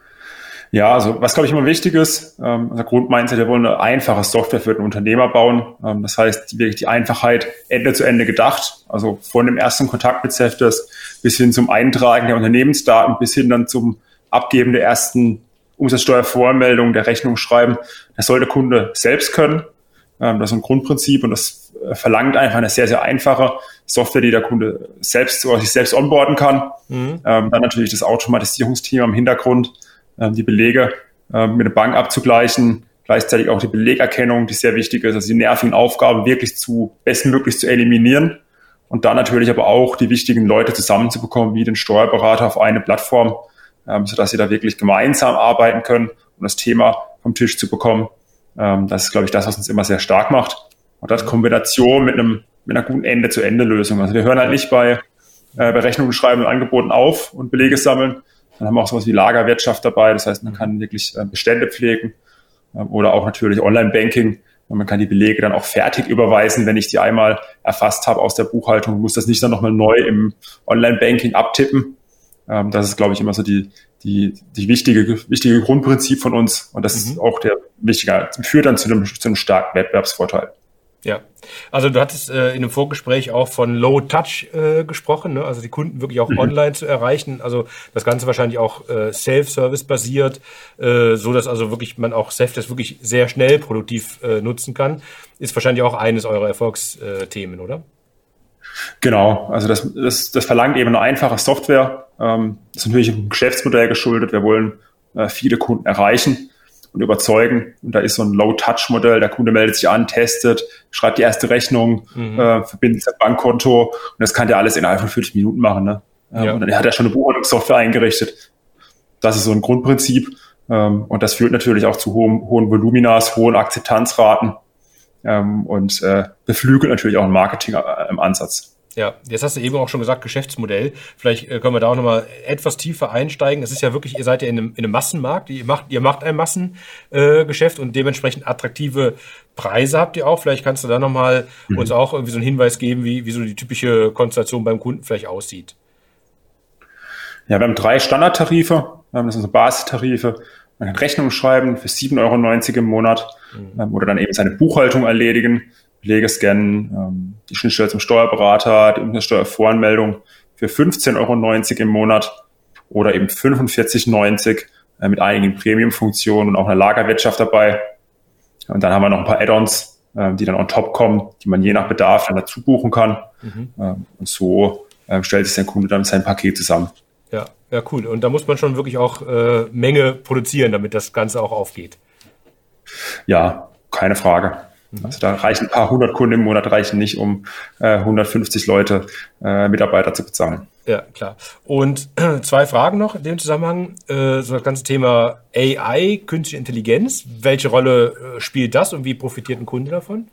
ja, also was glaube ich immer wichtig ist, ähm, der Grundmindset, wir wollen eine einfache Software für den Unternehmer bauen. Ähm, das heißt, wirklich die Einfachheit Ende zu Ende gedacht. Also von dem ersten Kontakt mit Safdesk bis hin zum Eintragen der Unternehmensdaten, bis hin dann zum Abgeben der ersten Umsatzsteuervoranmeldung, der Rechnung schreiben. Das soll der Kunde selbst können. Ähm, das ist ein Grundprinzip und das äh, verlangt einfach eine sehr, sehr einfache Software, die der Kunde selbst oder sich selbst onboarden kann. Mhm. Ähm, dann natürlich das Automatisierungsthema im Hintergrund, ähm, die Belege äh, mit der Bank abzugleichen, gleichzeitig auch die Belegerkennung, die sehr wichtig ist, also die nervigen Aufgaben wirklich zu bestmöglich zu eliminieren und dann natürlich aber auch die wichtigen Leute zusammenzubekommen, wie den Steuerberater auf eine Plattform, ähm, sodass sie da wirklich gemeinsam arbeiten können, um das Thema vom Tisch zu bekommen. Ähm, das ist, glaube ich, das, was uns immer sehr stark macht. Und das Kombination mit einem mit einer guten Ende-zu-Ende-Lösung. Also wir hören halt nicht bei äh, Berechnungen schreiben und Angeboten auf und Belege sammeln. Dann haben wir auch sowas wie Lagerwirtschaft dabei. Das heißt, man kann wirklich äh, Bestände pflegen äh, oder auch natürlich Online-Banking. Und man kann die Belege dann auch fertig überweisen, wenn ich die einmal erfasst habe aus der Buchhaltung. Muss das nicht dann nochmal neu im Online-Banking abtippen. Ähm, das ist, glaube ich, immer so die die die wichtige wichtige Grundprinzip von uns. Und das mhm. ist auch der wichtige, führt dann zu einem, zu einem starken Wettbewerbsvorteil. Ja, also du hattest äh, in einem Vorgespräch auch von Low Touch äh, gesprochen, ne? Also die Kunden wirklich auch mhm. online zu erreichen. Also das Ganze wahrscheinlich auch äh, Self-Service basiert, äh, so dass also wirklich man auch Safdesk wirklich sehr schnell produktiv äh, nutzen kann. Ist wahrscheinlich auch eines eurer Erfolgsthemen, oder? Genau, also das, das, das verlangt eben eine einfache Software. Ähm, das ist natürlich ein Geschäftsmodell geschuldet. Wir wollen äh, viele Kunden erreichen und überzeugen. Und da ist so ein Low-Touch-Modell. Der Kunde meldet sich an, testet, schreibt die erste Rechnung, mhm. äh, verbindet sein Bankkonto. Und das kann der alles innerhalb von vierzig Minuten machen. Ne? Ähm, ja. Und dann hat er schon eine Buchhaltungssoftware eingerichtet. Das ist so ein Grundprinzip. Ähm, und das führt natürlich auch zu hohen, hohen Voluminas, hohen Akzeptanzraten. Ähm, und äh, beflügelt natürlich auch ein Marketing äh, im Ansatz. Ja, jetzt hast du eben auch schon gesagt, Geschäftsmodell. Vielleicht äh, können wir da auch nochmal etwas tiefer einsteigen. Es ist ja wirklich, ihr seid ja in einem, in einem Massenmarkt, ihr macht, ihr macht ein Massengeschäft äh, und dementsprechend attraktive Preise habt ihr auch. Vielleicht kannst du da nochmal mhm. uns auch irgendwie so einen Hinweis geben, wie, wie so die typische Konstellation beim Kunden vielleicht aussieht. Ja, wir haben drei Standardtarife. Wir haben das sind so Basistarife. Man kann Rechnungen schreiben für sieben Euro neunzig im Monat mhm. ähm, oder dann eben seine Buchhaltung erledigen. Belege scannen, ähm, die Schnittstelle zum Steuerberater, die Umsatzsteuervoranmeldung für fünfzehn Euro neunzig im Monat oder eben fünfundvierzig Euro neunzig äh, mit einigen Premium-Funktionen und auch einer Lagerwirtschaft dabei. Und dann haben wir noch ein paar Add-ons, äh, die dann on top kommen, die man je nach Bedarf dann dazu buchen kann. Mhm. Ähm, und so äh, stellt sich der Kunde dann sein Paket zusammen. Ja, ja, cool. Und da muss man schon wirklich auch äh, Menge produzieren, damit das Ganze auch aufgeht. Ja, keine Frage. Also da reichen ein paar hundert Kunden im Monat reichen nicht, um äh, hundertfünfzig Leute, äh, Mitarbeiter zu bezahlen. Ja, klar. Und äh, zwei Fragen noch in dem Zusammenhang. Äh, so das ganze Thema A I, künstliche Intelligenz. Welche Rolle äh, spielt das und wie profitiert ein Kunde davon?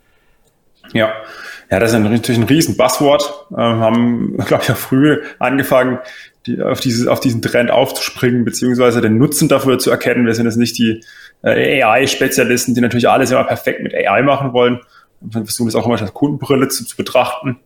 Ja, ja, das ist natürlich ein riesen Buzzword. Wir ähm, haben, glaube ich, auch früh angefangen, die, auf, dieses, auf diesen Trend aufzuspringen, beziehungsweise den Nutzen dafür zu erkennen. Wir sind jetzt nicht die äh, A I-Spezialisten, die natürlich alles immer perfekt mit A I machen wollen. Und wir versuchen das auch immer als Kundenbrille zu, zu betrachten.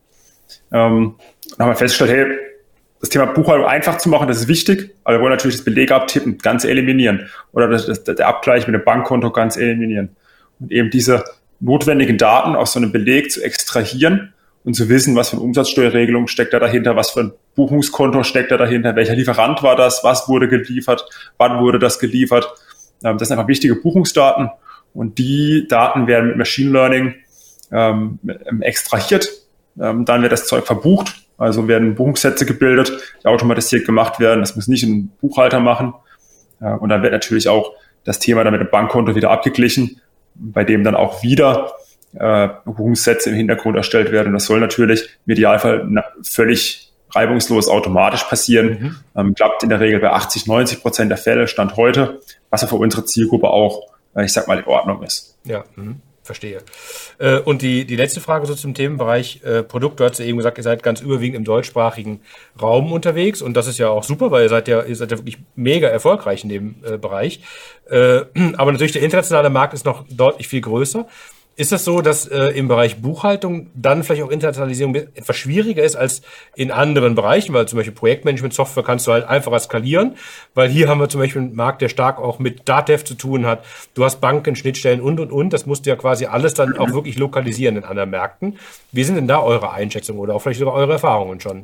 Ähm, dann haben wir festgestellt, hey, das Thema Buchhaltung einfach zu machen, das ist wichtig, aber wir wollen natürlich das Beleg abtippen, ganz eliminieren. Oder das, das, der Abgleich mit dem Bankkonto ganz eliminieren. Und eben diese notwendigen Daten aus so einem Beleg zu extrahieren und zu wissen, was für eine Umsatzsteuerregelung steckt da dahinter, was für ein Buchungskonto steckt da dahinter, welcher Lieferant war das, was wurde geliefert, wann wurde das geliefert. Das sind einfach wichtige Buchungsdaten und die Daten werden mit Machine Learning ähm, extrahiert. Ähm, dann wird das Zeug verbucht, also werden Buchungssätze gebildet, die automatisiert gemacht werden. Das muss nicht ein Buchhalter machen. Äh, und dann wird natürlich auch das Thema dann mit dem Bankkonto wieder abgeglichen, bei dem dann auch wieder äh, Buchungssätze im Hintergrund erstellt werden. Und das soll natürlich im Idealfall na, völlig reibungslos automatisch passieren. Mhm. Ähm, klappt in der Regel bei achtzig, neunzig Prozent der Fälle, Stand heute, was ja für unsere Zielgruppe auch, äh, ich sag mal, in Ordnung ist. Ja, mh. Verstehe. Äh, und die, die letzte Frage so zum Themenbereich äh, Produkt. Du hast ja eben gesagt, ihr seid ganz überwiegend im deutschsprachigen Raum unterwegs und das ist ja auch super, weil ihr seid ja, ihr seid ja wirklich mega erfolgreich in dem äh, Bereich. Äh, aber natürlich der internationale Markt ist noch deutlich viel größer. Ist das so, dass äh, im Bereich Buchhaltung dann vielleicht auch Internationalisierung etwas schwieriger ist als in anderen Bereichen? Weil zum Beispiel Projektmanagement-Software kannst du halt einfacher skalieren, weil hier haben wir zum Beispiel einen Markt, der stark auch mit Datev zu tun hat. Du hast Banken, Schnittstellen und, und, und. Das musst du ja quasi alles dann auch wirklich lokalisieren in anderen Märkten. Wie sind denn da eure Einschätzungen oder auch vielleicht sogar eure Erfahrungen schon?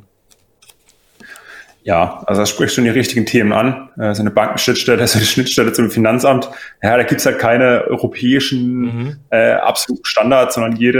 Ja, also das spricht schon die richtigen Themen an. So also eine Bankenschnittstelle, also eine Schnittstelle zum Finanzamt. Ja, da gibt's halt keine europäischen mhm. äh, absoluten Standards, sondern jede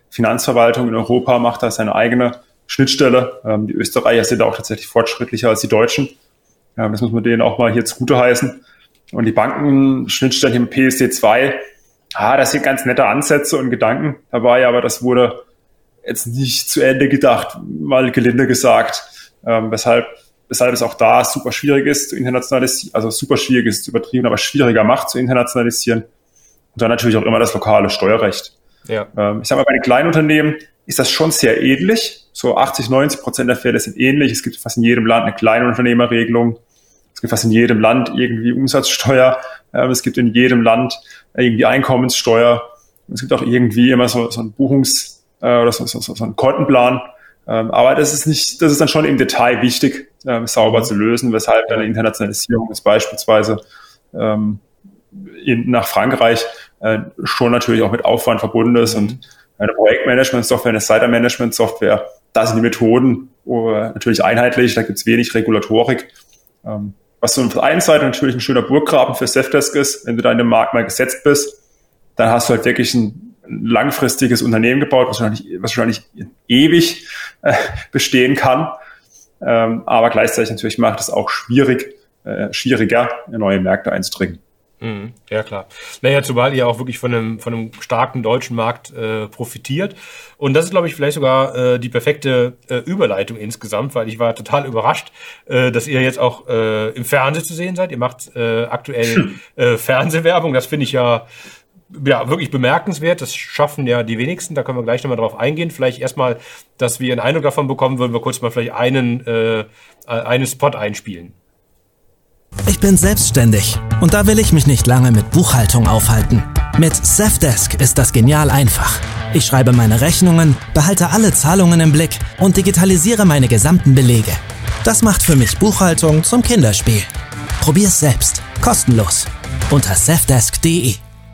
Finanzverwaltung in Europa macht da seine eigene Schnittstelle. Ähm, die Österreicher sind da auch tatsächlich fortschrittlicher als die Deutschen. Ähm, das muss man denen auch mal hier zugute heißen. Und die Bankenschnittstelle im P S D zwei, ah, das sind ganz nette Ansätze und Gedanken dabei, aber das wurde jetzt nicht zu Ende gedacht, mal gelinde gesagt, ähm, weshalb, weshalb es auch da super schwierig ist zu internationalisieren, also super schwierig ist zu übertrieben, aber schwieriger macht zu internationalisieren. Und dann natürlich auch immer das lokale Steuerrecht. Ja. Ähm, ich sage mal, bei den kleinen Unternehmen ist das schon sehr ähnlich. So achtzig, neunzig Prozent der Fälle sind ähnlich. Es gibt fast in jedem Land eine Kleinunternehmerregelung. Es gibt fast in jedem Land irgendwie Umsatzsteuer. Ähm, es gibt in jedem Land irgendwie Einkommenssteuer. Es gibt auch irgendwie immer so, so ein Buchungs- äh, oder so, so, so einen Kontenplan. Ähm, aber das ist nicht, das ist dann schon im Detail wichtig, ähm, sauber mhm. zu lösen, weshalb eine Internationalisierung ist beispielsweise ähm, in, nach Frankreich äh, schon natürlich auch mit Aufwand verbunden ist. Mhm. Und eine Projektmanagement-Software, eine Cider-Management-Software, da sind die Methoden uh, natürlich einheitlich, da gibt es wenig Regulatorik. Ähm, was so auf der einen Seite natürlich ein schöner Burggraben für Safdesk ist, wenn du da in dem Markt mal gesetzt bist, dann hast du halt wirklich ein langfristiges Unternehmen gebaut, was wahrscheinlich, was wahrscheinlich ewig äh, bestehen kann. Ähm, aber gleichzeitig natürlich macht es auch schwierig, äh, schwieriger, in neue Märkte einzudringen. Mhm, ja, klar. Naja, zumal ihr auch wirklich von einem, von einem starken deutschen Markt äh, profitiert. Und das ist, glaube ich, vielleicht sogar äh, die perfekte äh, Überleitung insgesamt, weil ich war total überrascht, äh, dass ihr jetzt auch äh, im Fernsehen zu sehen seid. Ihr macht äh, aktuell äh, Fernsehwerbung. Das finde ich ja, ja wirklich bemerkenswert. Das schaffen ja die wenigsten. Da können wir gleich nochmal drauf eingehen. Vielleicht erstmal, dass wir einen Eindruck davon bekommen, würden wir kurz mal vielleicht einen, äh, einen Spot einspielen. Ich bin selbstständig und da will ich mich nicht lange mit Buchhaltung aufhalten. Mit Safdesk ist das genial einfach. Ich schreibe meine Rechnungen, behalte alle Zahlungen im Blick und digitalisiere meine gesamten Belege. Das macht für mich Buchhaltung zum Kinderspiel. Probier's selbst, kostenlos, unter safdesk punkt de.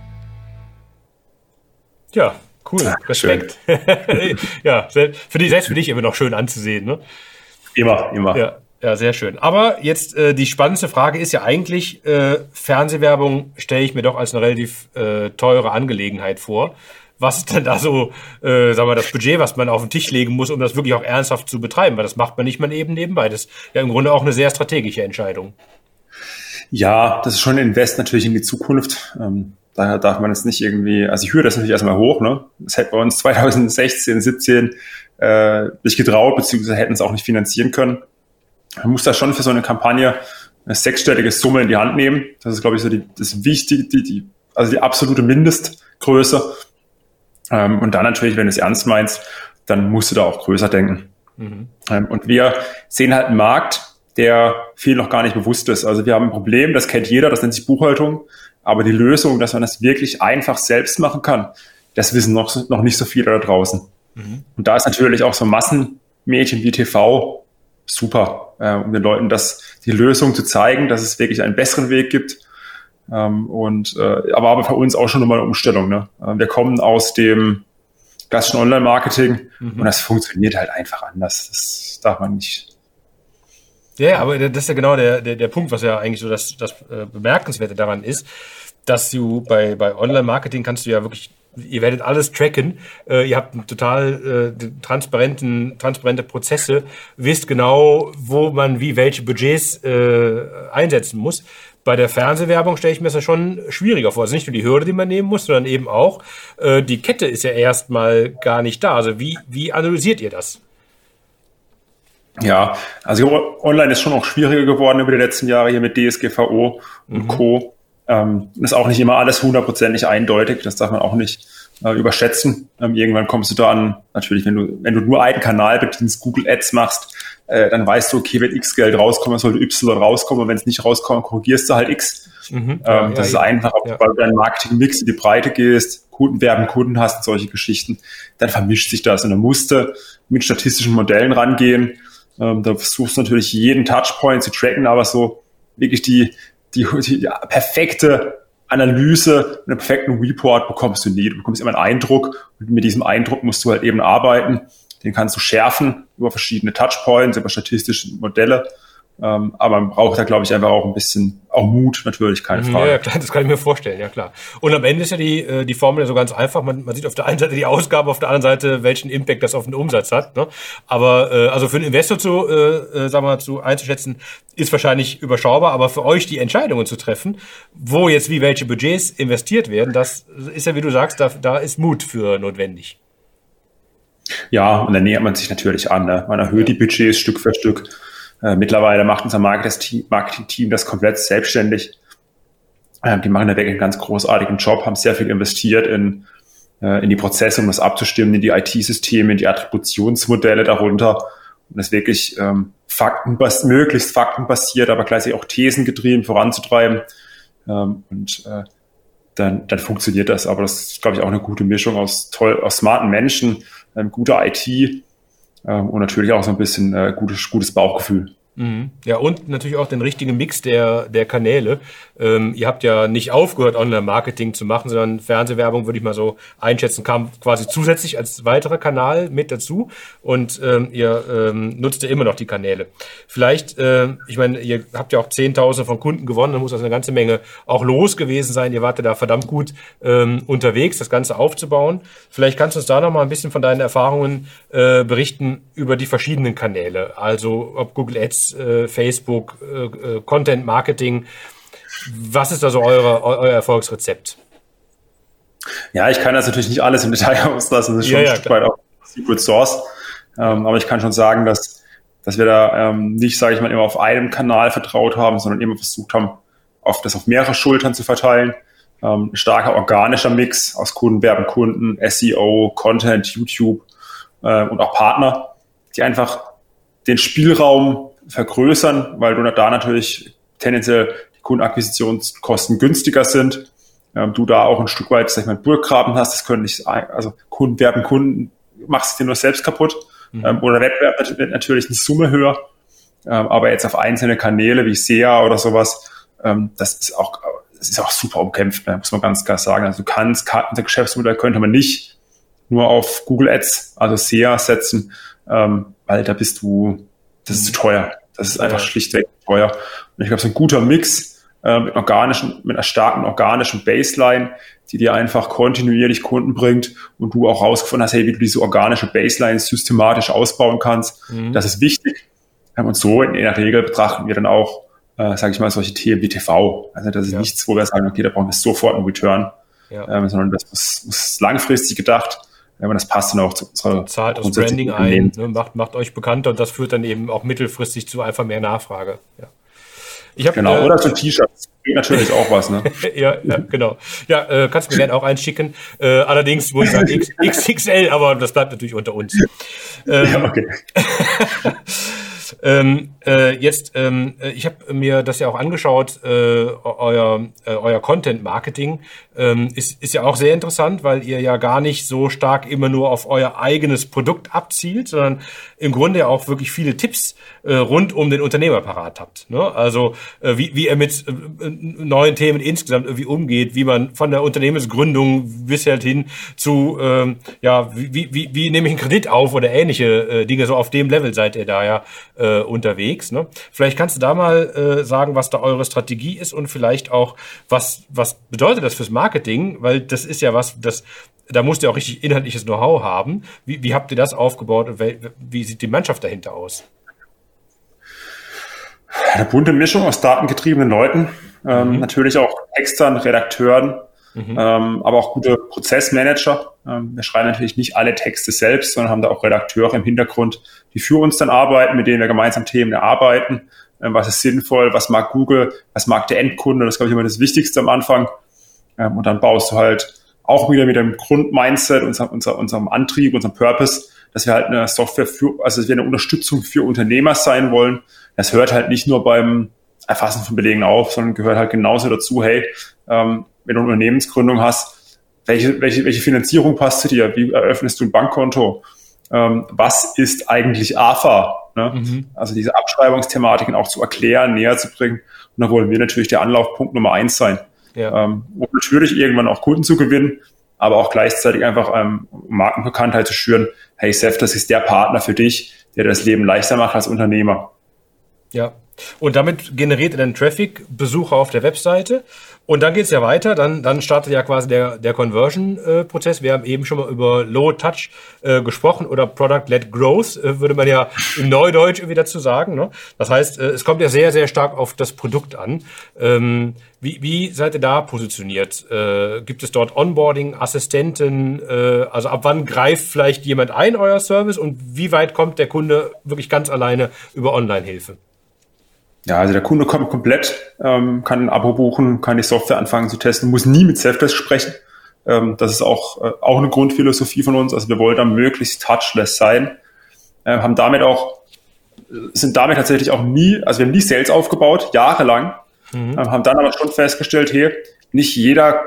Ja, cool, ja, Respekt. Ja, für dich, selbst für dich immer noch schön anzusehen, ne? Immer, immer. Ja. Ja, sehr schön. Aber jetzt äh, die spannendste Frage ist ja eigentlich, äh, Fernsehwerbung stelle ich mir doch als eine relativ äh, teure Angelegenheit vor. Was ist denn da so, äh, sagen wir, das Budget, was man auf den Tisch legen muss, um das wirklich auch ernsthaft zu betreiben? Weil das macht man nicht mal eben nebenbei. Das ist ja im Grunde auch eine sehr strategische Entscheidung. Ja, das ist schon ein Invest natürlich in die Zukunft. Ähm, daher darf man es nicht irgendwie, also ich höre das natürlich erstmal hoch, ne? Das hätten wir uns zwanzig sechzehn, siebzehn äh, nicht getraut, beziehungsweise hätten es auch nicht finanzieren können. Man muss da schon für so eine Kampagne eine sechsstellige Summe in die Hand nehmen. Das ist, glaube ich, so die, das Wichtige, die, die, also die absolute Mindestgröße. Ähm, und dann natürlich, wenn du es ernst meinst, dann musst du da auch größer denken. Mhm. Ähm, und wir sehen halt einen Markt, der viel noch gar nicht bewusst ist. Also wir haben ein Problem, das kennt jeder, das nennt sich Buchhaltung. Aber die Lösung, dass man das wirklich einfach selbst machen kann, das wissen noch, noch nicht so viele da draußen. Mhm. Und da ist natürlich auch so Massenmedien wie T V super, äh, um den Leuten das, die Lösung zu zeigen, dass es wirklich einen besseren Weg gibt. Ähm, und äh, aber aber für uns auch schon nochmal eine Umstellung. Ne? Äh, wir kommen aus dem klassischen Online-Marketing mhm. und das funktioniert halt einfach anders. Das darf man nicht. Ja, aber das ist ja genau der, der, der Punkt, was ja eigentlich so das, das äh, Bemerkenswerte daran ist, dass du bei, bei Online-Marketing kannst du ja wirklich, ihr werdet alles tracken, äh, ihr habt einen total äh, transparenten, transparente Prozesse, wisst genau, wo man wie welche Budgets äh, einsetzen muss. Bei der Fernsehwerbung stelle ich mir das ja schon schwieriger vor. Also nicht nur die Hürde, die man nehmen muss, sondern eben auch, äh, die Kette ist ja erstmal gar nicht da. Also wie, wie analysiert ihr das? Ja, also online ist schon auch schwieriger geworden über die letzten Jahre hier mit D S G V O und mhm. Co. Ähm, ist auch nicht immer alles hundertprozentig eindeutig, das darf man auch nicht äh, überschätzen. Ähm, irgendwann kommst du da an, natürlich, wenn du wenn du nur einen Kanal bedienst, Google Ads machst, äh, dann weißt du, okay, wenn X Geld rauskommt, sollte Y rauskommen, und wenn es nicht rauskommt, korrigierst du halt X. Mhm. Ja, ähm, das ja, ist einfach, ja. weil du deinen Marketing-Mix in die Breite gehst, Kunden werben, Kunden hast und solche Geschichten, dann vermischt sich das und dann musst du mit statistischen Modellen rangehen. Ähm, da versuchst du natürlich jeden Touchpoint zu tracken, aber so wirklich die Die, die, die perfekte Analyse, einen perfekten Report bekommst du nie. Du bekommst immer einen Eindruck und mit diesem Eindruck musst du halt eben arbeiten. Den kannst du schärfen über verschiedene Touchpoints, über statistische Modelle Ähm, aber man braucht da, glaube ich, einfach auch ein bisschen, auch Mut natürlich, keine Frage. Ja, klar, das kann ich mir vorstellen, ja klar. Und am Ende ist ja die, äh, die Formel ja so ganz einfach. Man, man sieht auf der einen Seite die Ausgabe, auf der anderen Seite, welchen Impact das auf den Umsatz hat. Ne? Aber äh, also für einen Investor zu, äh, sagen wir mal, zu einzuschätzen, ist wahrscheinlich überschaubar. Aber für euch die Entscheidungen zu treffen, wo jetzt wie welche Budgets investiert werden, das ist ja, wie du sagst, da, da ist Mut für notwendig. Ja, und dann nähert man sich natürlich an. Ne? Man erhöht die Budgets Stück für Stück. Äh, mittlerweile macht unser Marketing-Team das komplett selbstständig. Ähm, die machen da wirklich einen ganz großartigen Job, haben sehr viel investiert in, äh, in die Prozesse, um das abzustimmen, in die I T-Systeme, in die Attributionsmodelle darunter. Und das wirklich ähm, faktenbas- möglichst faktenbasiert, aber gleichzeitig auch thesengetrieben voranzutreiben. Ähm, und äh, dann, dann funktioniert das. Aber das ist, glaube ich, auch eine gute Mischung aus toll, aus smarten Menschen, ähm, guter I T, und natürlich auch so ein bisschen äh, gutes, gutes Bauchgefühl. Mhm. Ja, und natürlich auch den richtigen Mix der, der Kanäle. Ähm, ihr habt ja nicht aufgehört, Online-Marketing zu machen, sondern Fernsehwerbung, würde ich mal so einschätzen, kam quasi zusätzlich als weiterer Kanal mit dazu. Und ähm, ihr ähm, nutzt ja immer noch die Kanäle. Vielleicht, äh, ich meine, ihr habt ja auch Zehntausende von Kunden gewonnen, da muss das eine ganze Menge auch los gewesen sein. Ihr wart ja da verdammt gut ähm, unterwegs, das Ganze aufzubauen. Vielleicht kannst du uns da noch mal ein bisschen von deinen Erfahrungen äh, berichten über die verschiedenen Kanäle. Also ob Google Ads, äh, Facebook, äh, Content Marketing. Was ist da so eure, euer Erfolgsrezept? Ja, ich kann das natürlich nicht alles im Detail auslassen. Das ist schon ja, ja, ein Stück weit auch Secret Source. Ähm, aber ich kann schon sagen, dass, dass wir da ähm, nicht, sage ich mal, immer auf einem Kanal vertraut haben, sondern immer versucht haben, auf das auf mehrere Schultern zu verteilen. Ähm, ein starker organischer Mix aus Kunden, Werben, Kunden, S E O, Content, YouTube äh, und auch Partner, die einfach den Spielraum vergrößern, weil du da natürlich tendenziell die Kundenakquisitionskosten günstiger sind. Ähm, du da auch ein Stück weit, sag ich mal, Burggraben hast, das können nicht, also Kunden werben Kunden, machst du dir nur selbst kaputt. Mhm. Ähm, oder Wettbewerb wird natürlich eine Summe höher. Ähm, aber jetzt auf einzelne Kanäle wie S E A oder sowas, ähm, das ist auch, das ist auch super umkämpft, ne? Muss man ganz klar sagen. Also du kannst, unser Geschäftsmodell könnte man nicht nur auf Google Ads, also S E A setzen, ähm, weil da bist du, das ist zu teuer. Das ist einfach ja. schlichtweg teuer. Und ich glaube, so ein guter Mix äh, mit organischen, mit einer starken organischen Baseline, die dir einfach kontinuierlich Kunden bringt und du auch rausgefunden hast, hey, wie du diese organische Baseline systematisch ausbauen kannst. Mhm. Das ist wichtig. Und so in der Regel betrachten wir dann auch, äh, sage ich mal, solche Themen wie T V. Also das ist ja. nichts, wo wir sagen, okay, da brauchen wir sofort einen Return, ja. ähm, sondern das muss, muss langfristig gedacht. Ja, das passt dann auch zu unserer zahlt das Branding ein, ne, macht, macht euch bekannter und das führt dann eben auch mittelfristig zu einfach mehr Nachfrage. Ja. Ich hab, genau, äh, oder so ein T-Shirt, das bringt natürlich auch was, ne? ja, ja, genau. Ja, äh, kannst du mir gerne auch einschicken. Äh, allerdings muss ich sagen X, X X L, aber das bleibt natürlich unter uns. Ähm, ja, okay. Ähm, äh, jetzt, ähm, ich habe mir das ja auch angeschaut, äh, euer, äh, euer Content-Marketing ähm, ist, ist ja auch sehr interessant, weil ihr ja gar nicht so stark immer nur auf euer eigenes Produkt abzielt, sondern im Grunde ja auch wirklich viele Tipps äh, rund um den Unternehmer parat habt. Ne? Also äh, wie, wie er mit äh, neuen Themen insgesamt irgendwie umgeht, wie man von der Unternehmensgründung bis halt hin zu, ähm, ja, wie, wie, wie nehme ich einen Kredit auf oder ähnliche äh, Dinge, so auf dem Level seid ihr da ja äh, unterwegs. Ne? Vielleicht kannst du da mal äh, sagen, was da eure Strategie ist und vielleicht auch, was, was bedeutet das fürs Marketing, weil das ist ja was, das, da musst du ja auch richtig inhaltliches Know-how haben. Wie, wie habt ihr das aufgebaut und wie, wie sieht die Mannschaft dahinter aus? Eine bunte Mischung aus datengetriebenen Leuten, ähm, mhm. natürlich auch externen Redakteuren, mhm. ähm, aber auch gute Prozessmanager. Ähm, wir schreiben natürlich nicht alle Texte selbst, sondern haben da auch Redakteure im Hintergrund, die für uns dann arbeiten, mit denen wir gemeinsam Themen erarbeiten. Ähm, was ist sinnvoll, was mag Google, was mag der Endkunde, das ist, glaube ich, immer das Wichtigste am Anfang. Ähm, und dann baust du halt auch wieder mit dem Grundmindset, unser, unser, unserem Antrieb, unserem Purpose, dass wir halt eine Software für, also dass wir eine Unterstützung für Unternehmer sein wollen. Das hört halt nicht nur beim Erfassen von Belegen auf, sondern gehört halt genauso dazu, hey, ähm, wenn du eine Unternehmensgründung hast, welche, welche, welche Finanzierung passt zu dir? Wie eröffnest du ein Bankkonto? Ähm, was ist eigentlich A F A? Ne? Mhm. Also diese Abschreibungsthematiken auch zu erklären, näher zu bringen. Und da wollen wir natürlich der Anlaufpunkt Nummer eins sein. Ja. Ähm, um natürlich irgendwann auch Kunden zu gewinnen, aber auch gleichzeitig einfach ähm, Markenbekanntheit zu schüren. Hey, Seth, das ist der Partner für dich, der das Leben leichter macht als Unternehmer. Ja, Und damit generiert er dann Traffic, Besucher auf der Webseite. Und dann geht's ja weiter. Dann, dann startet ja quasi der, der Conversion-Prozess. Wir haben eben schon mal über Low Touch äh, gesprochen oder Product-Led Growth, äh, würde man ja im Neudeutsch irgendwie dazu sagen. Ne? Das heißt, äh, es kommt ja sehr, sehr stark auf das Produkt an. Ähm, wie, wie seid ihr da positioniert? Äh, gibt es dort Onboarding, Assistenten? Äh, also ab wann greift vielleicht jemand ein, euer Service? Und wie weit kommt der Kunde wirklich ganz alleine über Online-Hilfe? Ja, also der Kunde kommt komplett, ähm, kann ein Abo buchen, kann die Software anfangen zu testen, muss nie mit Safdesk sprechen. Ähm, das ist auch, äh, auch eine Grundphilosophie von uns. Also wir wollen da möglichst touchless sein, äh, haben damit auch, sind damit tatsächlich auch nie, also wir haben nie Sales aufgebaut, jahrelang, mhm. äh, haben dann aber schon festgestellt, hey, nicht jeder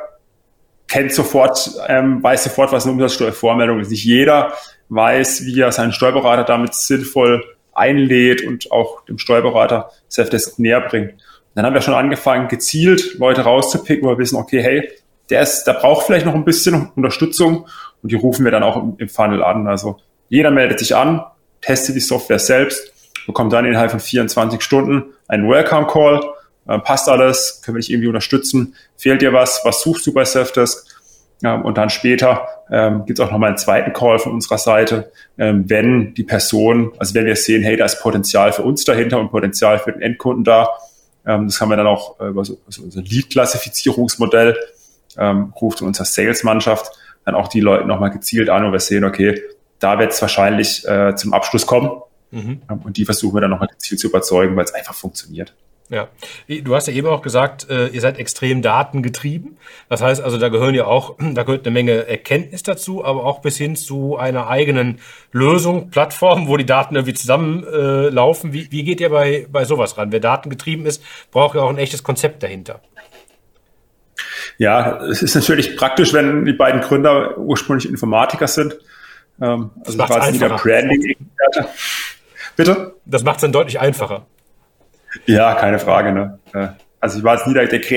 kennt sofort, ähm, weiß sofort, was eine Umsatzsteuervormeldung ist. Nicht jeder weiß, wie er seinen Steuerberater damit sinnvoll einlädt und auch dem Steuerberater Safdesk näher bringt. Und dann haben wir schon angefangen, gezielt Leute rauszupicken, wo wir wissen, okay, hey, der ist, der braucht vielleicht noch ein bisschen Unterstützung und die rufen wir dann auch im, im Funnel an. Also jeder meldet sich an, testet die Software selbst, bekommt dann innerhalb von vierundzwanzig Stunden einen Welcome Call, äh, passt alles, können wir dich irgendwie unterstützen, fehlt dir was, was suchst du bei Safdesk? Ähm, und dann später ähm, gibt es auch nochmal einen zweiten Call von unserer Seite, ähm, wenn die Person, also wenn wir sehen, hey, da ist Potenzial für uns dahinter und Potenzial für den Endkunden da. Ähm, das haben wir dann auch äh, über so, so unser Lead-Klassifizierungsmodell, ähm, ruft unsere Sales-Mannschaft dann auch die Leute nochmal gezielt an und wir sehen, okay, da wird es wahrscheinlich äh, zum Abschluss kommen. Mhm. Ähm, und die versuchen wir dann nochmal gezielt zu überzeugen, weil es einfach funktioniert. Ja, du hast ja eben auch gesagt, äh, ihr seid extrem datengetrieben. Das heißt also, da gehören ja auch, da gehört eine Menge Erkenntnis dazu, aber auch bis hin zu einer eigenen Lösung, Plattform, wo die Daten irgendwie zusammenlaufen. Äh, laufen. Wie, wie geht ihr bei, bei sowas ran? Wer datengetrieben ist, braucht ja auch ein echtes Konzept dahinter. Ja, es ist natürlich praktisch, wenn die beiden Gründer ursprünglich Informatiker sind. Ähm, also das macht es wieder Branding-Experte. Bitte? Das macht es dann deutlich einfacher. Ja, keine Frage. Ne? Also ich war jetzt nie der, der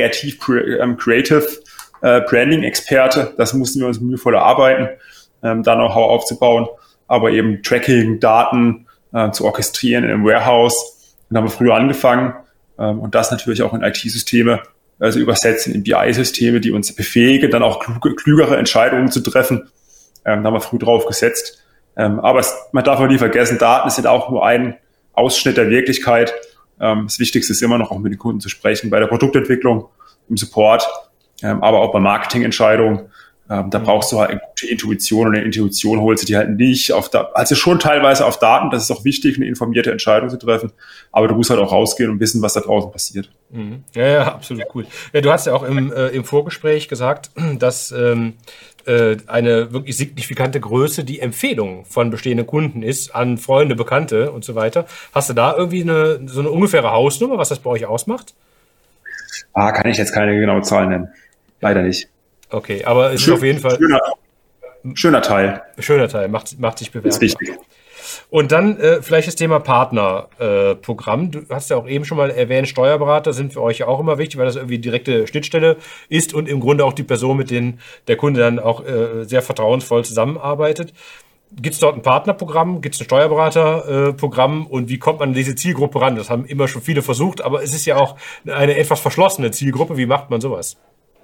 Creative-Branding-Experte. Das mussten wir uns mühevoll erarbeiten, ähm, da Know-how aufzubauen. Aber eben Tracking, Daten äh, zu orchestrieren in einem Warehouse. Und da haben wir früher angefangen. Ähm, und das natürlich auch in I T-Systeme, also übersetzen in B I-Systeme, die uns befähigen, dann auch kluge, klügere Entscheidungen zu treffen. Ähm, da haben wir früh drauf gesetzt. Ähm, aber es, man darf auch nie vergessen, Daten sind auch nur ein Ausschnitt der Wirklichkeit. Das Wichtigste ist immer noch, auch mit den Kunden zu sprechen, bei der Produktentwicklung, im Support, aber auch bei Marketingentscheidungen. Da brauchst du halt eine gute Intuition und eine Intuition holst du dir halt nicht auf da, also schon teilweise auf Daten, das ist auch wichtig, eine informierte Entscheidung zu treffen, aber du musst halt auch rausgehen und wissen, was da draußen passiert. Ja, ja, absolut cool. Ja, du hast ja auch im, äh, im Vorgespräch gesagt, dass ähm, äh, eine wirklich signifikante Größe die Empfehlung von bestehenden Kunden ist an Freunde, Bekannte und so weiter. Hast du da irgendwie eine, so eine ungefähre Hausnummer, was das bei euch ausmacht? Ah, kann ich jetzt keine genaue Zahl nennen. Leider nicht. Okay, aber es Schön, ist auf jeden Fall... Schöner, schöner Teil. Schöner Teil, macht, macht sich bemerkbar. Ist wichtig. Und dann äh, vielleicht das Thema Partnerprogramm. Äh, du hast ja auch eben schon mal erwähnt, Steuerberater sind für euch ja auch immer wichtig, weil das irgendwie direkte Schnittstelle ist und im Grunde auch die Person, mit denen der Kunde dann auch äh, sehr vertrauensvoll zusammenarbeitet. Gibt es dort ein Partnerprogramm? Gibt es ein Steuerberaterprogramm? Äh, und wie kommt man an diese Zielgruppe ran? Das haben immer schon viele versucht, aber es ist ja auch eine etwas verschlossene Zielgruppe. Wie macht man sowas?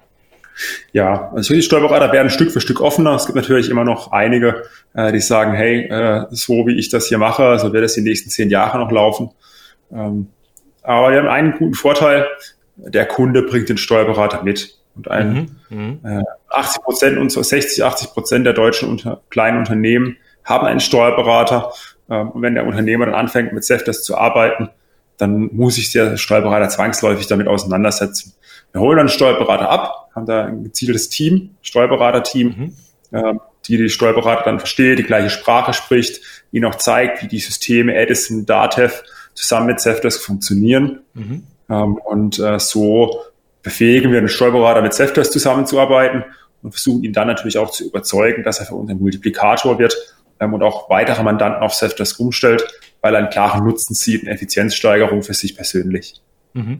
Ja, also die Steuerberater werden Stück für Stück offener. Es gibt natürlich immer noch einige, äh, die sagen, hey, äh, so wie ich das hier mache, so wird es die nächsten zehn Jahre noch laufen. Ähm, aber wir haben einen guten Vorteil, der Kunde bringt den Steuerberater mit. Und ein mhm, äh, achtzig Prozent und so sechzig, achtzig Prozent der deutschen unter, kleinen Unternehmen haben einen Steuerberater. Ähm, und wenn der Unternehmer dann anfängt, mit Safdesk zu arbeiten, dann muss sich der Steuerberater zwangsläufig damit auseinandersetzen. Wir holen dann einen Steuerberater ab, haben da ein gezieltes Team, Steuerberaterteam, mhm. äh, die die Steuerberater dann versteht, die gleiche Sprache spricht, ihnen auch zeigt, wie die Systeme Edison, Datev zusammen mit Safdesk funktionieren. Mhm. Ähm, und äh, so befähigen wir den Steuerberater mit Safdesk zusammenzuarbeiten und versuchen ihn dann natürlich auch zu überzeugen, dass er für uns ein Multiplikator wird ähm, und auch weitere Mandanten auf Safdesk umstellt, weil er einen klaren Nutzen sieht, eine Effizienzsteigerung für sich persönlich. Mhm.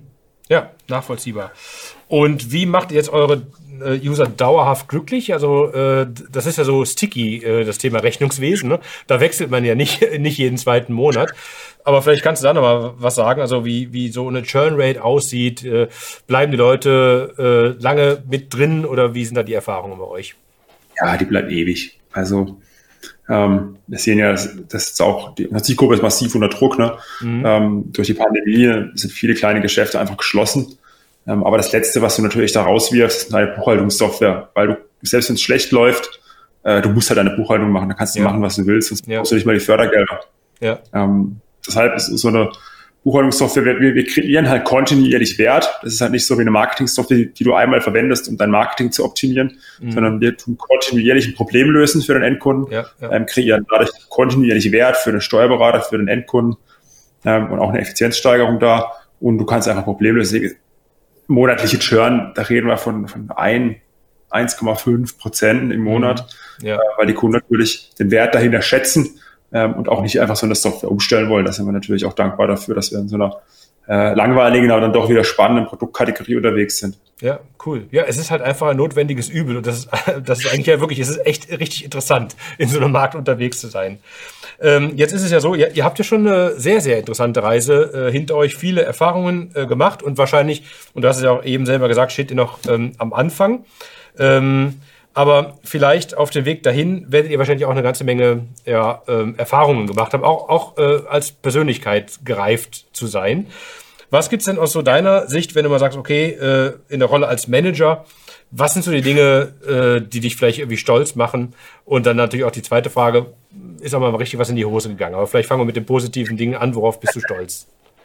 Ja, nachvollziehbar. Und wie macht ihr jetzt eure äh, User dauerhaft glücklich? Also äh, das ist ja so sticky, äh, das Thema Rechnungswesen. Ne? Da wechselt man ja nicht, nicht jeden zweiten Monat. Aber vielleicht kannst du da noch mal was sagen, also wie, wie so eine Churn-Rate aussieht. Äh, bleiben die Leute äh, lange mit drin oder wie sind da die Erfahrungen bei euch? Ja, die bleiben ewig. Also ähm, wir sehen ja, das, das ist auch, die Zielgruppe ist massiv unter Druck. Ne? Mhm. Ähm, durch die Pandemie sind viele kleine Geschäfte einfach geschlossen. Ähm, aber das Letzte, was du natürlich da rauswirfst, ist eine Buchhaltungssoftware, weil du, selbst wenn es schlecht läuft, äh, du musst halt deine Buchhaltung machen, da kannst du ja machen, was du willst, sonst ja brauchst du nicht mal die Fördergelder. Ja. Ähm, deshalb ist so eine Buchhaltungssoftware, wir, wir kreieren halt kontinuierlich Wert. Das ist halt nicht so wie eine Marketingsoftware, die, die du einmal verwendest, um dein Marketing zu optimieren, mhm. sondern wir tun kontinuierlich ein Problem lösen für den Endkunden, ja, ja. Ähm, kreieren dadurch kontinuierlich Wert für den Steuerberater, für den Endkunden ähm, und auch eine Effizienzsteigerung da. Und du kannst einfach Probleme lösen. Monatliche Churn, da reden wir von, von eins Komma fünf Prozent im Monat, ja. äh, weil die Kunden natürlich den Wert dahinter schätzen ähm, und auch nicht einfach so eine Software umstellen wollen. Da sind wir natürlich auch dankbar dafür, dass wir in so einer äh, langweiligen, aber dann doch wieder spannenden Produktkategorie unterwegs sind. Ja, cool. Ja, es ist halt einfach ein notwendiges Übel und das ist, das ist eigentlich ja wirklich, es ist echt richtig interessant, in so einem Markt unterwegs zu sein. Ähm, jetzt ist es ja so, ihr, ihr habt ja schon eine sehr, sehr interessante Reise äh, hinter euch, viele Erfahrungen äh, gemacht und wahrscheinlich, und du hast es ja auch eben selber gesagt, steht ihr noch ähm, am Anfang. Ähm, aber vielleicht auf dem Weg dahin werdet ihr wahrscheinlich auch eine ganze Menge ja, ähm, Erfahrungen gemacht haben, auch, auch äh, als Persönlichkeit gereift zu sein. Was gibt's denn aus so deiner Sicht, wenn du mal sagst, okay, äh, in der Rolle als Manager, was sind so die Dinge, äh, die dich vielleicht irgendwie stolz machen? Und dann natürlich auch die zweite Frage, ist auch mal richtig was in die Hose gegangen? Aber vielleicht fangen wir mit den positiven Dingen an, worauf bist du stolz?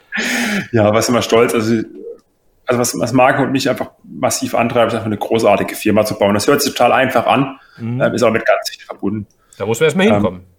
Ja, was immer stolz, also, also was, was Marco und mich einfach massiv antreibt, ist einfach eine großartige Firma zu bauen. Das hört sich total einfach an, mhm. äh, ist aber mit ganz viel verbunden. Da muss man erstmal hinkommen. Ähm,